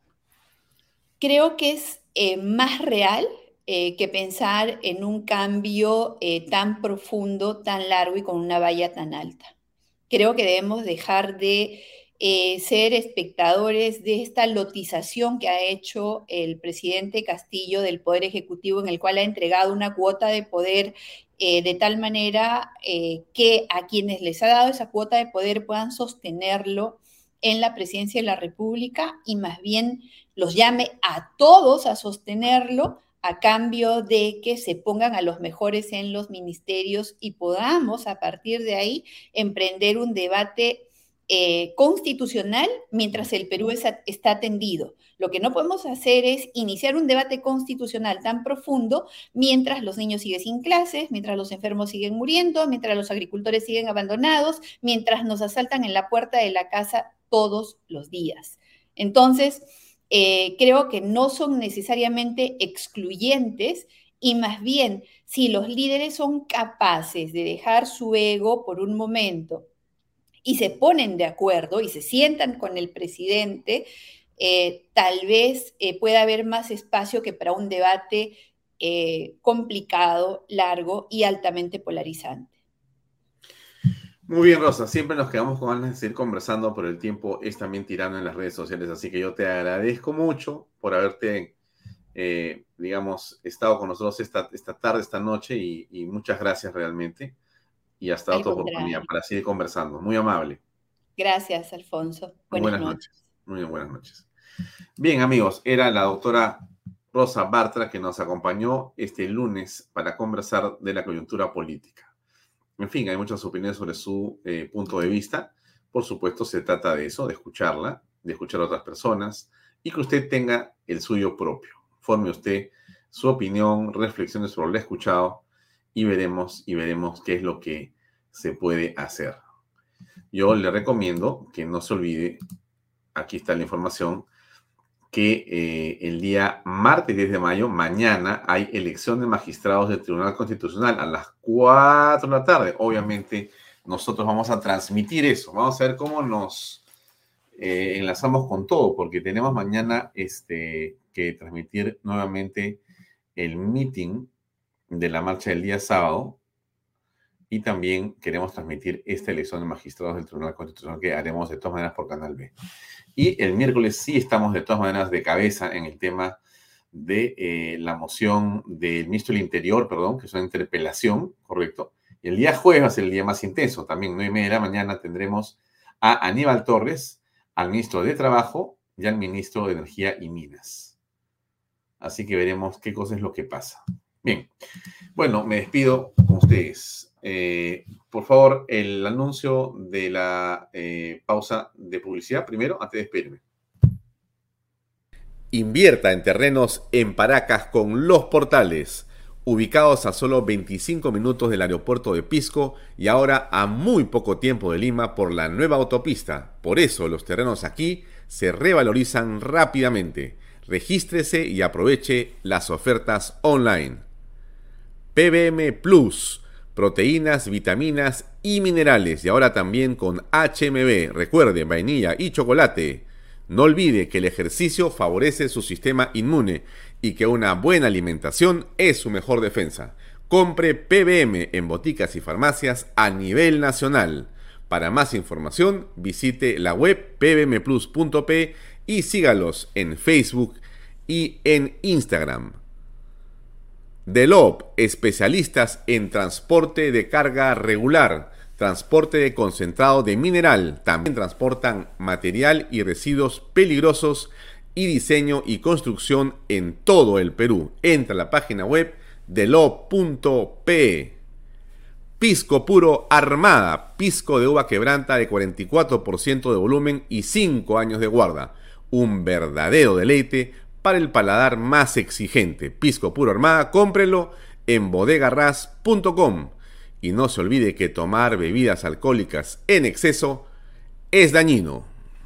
Creo que es eh, más real eh, que pensar en un cambio eh, tan profundo, tan largo y con una valla tan alta. Creo que debemos dejar de eh, ser espectadores de esta lotización que ha hecho el presidente Castillo del Poder Ejecutivo, en el cual ha entregado una cuota de poder eh, de tal manera eh, que a quienes les ha dado esa cuota de poder puedan sostenerlo en la presidencia de la República y más bien los llame a todos a sostenerlo a cambio de que se pongan a los mejores en los ministerios y podamos a partir de ahí emprender un debate eh, constitucional mientras el Perú es, está tendido. Lo que no podemos hacer es iniciar un debate constitucional tan profundo mientras los niños siguen sin clases, mientras los enfermos siguen muriendo, mientras los agricultores siguen abandonados, mientras nos asaltan en la puerta de la casa todos los días. Entonces, Eh, creo que no son necesariamente excluyentes y más bien, si los líderes son capaces de dejar su ego por un momento y se ponen de acuerdo y se sientan con el presidente, eh, tal vez eh, pueda haber más espacio que para un debate eh, complicado, largo y altamente polarizante. Muy bien, Rosa. Siempre nos quedamos con ganas de seguir conversando, pero el tiempo es también tirano en las redes sociales. Así que yo te agradezco mucho por haberte, eh, digamos, estado con nosotros esta, esta tarde, esta noche, y, y muchas gracias realmente. Y hasta otra oportunidad para seguir conversando. Muy amable. Gracias, Alfonso. Buenas, buenas noches. noches. Muy bien, buenas noches. Bien, amigos, era la doctora Rosa Bartra que nos acompañó este lunes para conversar de la coyuntura política. En fin, hay muchas opiniones sobre su eh, punto de vista. Por supuesto, se trata de eso, de escucharla, de escuchar a otras personas y que usted tenga el suyo propio. Forme usted su opinión, reflexione sobre lo escuchado y veremos, y veremos qué es lo que se puede hacer. Yo le recomiendo que no se olvide, aquí está la información, que eh, el día martes diez de mayo, mañana, hay elección de magistrados del Tribunal Constitucional a las cuatro de la tarde. Obviamente, nosotros vamos a transmitir eso. Vamos a ver cómo nos eh, enlazamos con todo, porque tenemos mañana este, que transmitir nuevamente el meeting de la marcha del día sábado y también queremos transmitir esta elección de magistrados del Tribunal Constitucional que haremos de todas maneras por Canal B. Y el miércoles sí estamos de todas maneras de cabeza en el tema de eh, la moción del ministro del Interior, perdón, que es una interpelación, correcto. Y el día jueves va a ser el día más intenso, también nueve y media de la mañana tendremos a Aníbal Torres, al ministro de Trabajo y al ministro de Energía y Minas. Así que veremos qué cosa es lo que pasa. Bien, bueno, me despido con ustedes. Eh, por favor, el anuncio de la eh, pausa de publicidad primero, antes de despedirme. Invierta en terrenos en Paracas con Los Portales, ubicados a solo veinticinco minutos del aeropuerto de Pisco y ahora a muy poco tiempo de Lima por la nueva autopista. Por eso los terrenos aquí se revalorizan rápidamente. Regístrese y aproveche las ofertas online. P B M Plus, proteínas, vitaminas y minerales. Y ahora también con H M B. Recuerden, vainilla y chocolate. No olvide que el ejercicio favorece su sistema inmune y que una buena alimentación es su mejor defensa. Compre P B M en boticas y farmacias a nivel nacional. Para más información, visite la web p b m plus punto p y sígalos en Facebook y en Instagram. Delop, especialistas en transporte de carga regular, transporte de concentrado de mineral. También transportan material y residuos peligrosos y diseño y construcción en todo el Perú. Entra a la página web delop punto pe. Pisco Puro Armada, pisco de uva quebranta de cuarenta y cuatro por ciento de volumen y cinco años de guarda. Un verdadero deleite para el paladar más exigente. Pisco Puro Armada, cómprelo en bodegarras punto com. Y no se olvide que tomar bebidas alcohólicas en exceso es dañino.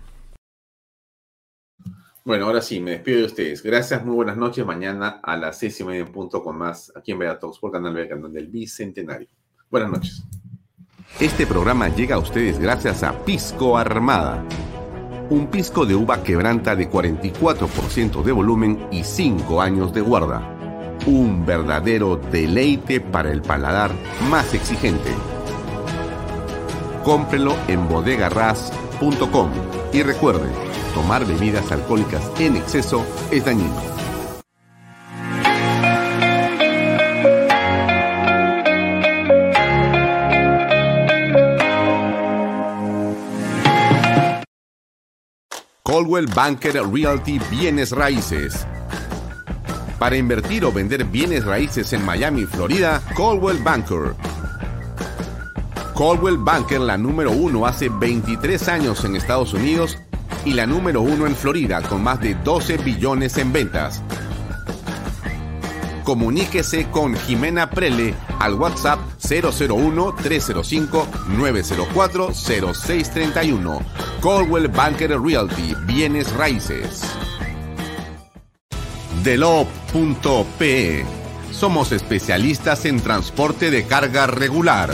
Bueno, ahora sí, me despido de ustedes. Gracias, muy buenas noches. Mañana a las seis y media en punto con más aquí en Vega Talks por Canal B, Canal del Bicentenario. Buenas noches. Este programa llega a ustedes gracias a Pisco Armada. Un pisco de uva quebranta de cuarenta y cuatro por ciento de volumen y cinco años de guarda. Un verdadero deleite para el paladar más exigente. Cómprelo en bodegarras punto com. Y recuerde, tomar bebidas alcohólicas en exceso es dañino. Coldwell Banker Realty Bienes Raíces. Para invertir o vender bienes raíces en Miami, Florida, Coldwell Banker. Coldwell Banker, la número uno hace veintitrés años en Estados Unidos y la número uno en Florida con más de doce billones en ventas. Comuníquese con Jimena Prele al WhatsApp cero cero uno, tres cero cinco, nueve cero cuatro, cero seis tres uno. Coldwell Banker Realty, Bienes Raíces. Delop punto pe. Somos especialistas en transporte de carga regular,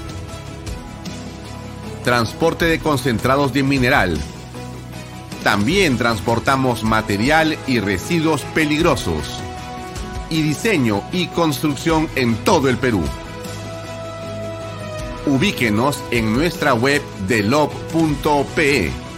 transporte de concentrados de mineral. También transportamos material y residuos peligrosos. Y diseño y construcción en todo el Perú. Ubíquenos en nuestra web delop punto pe.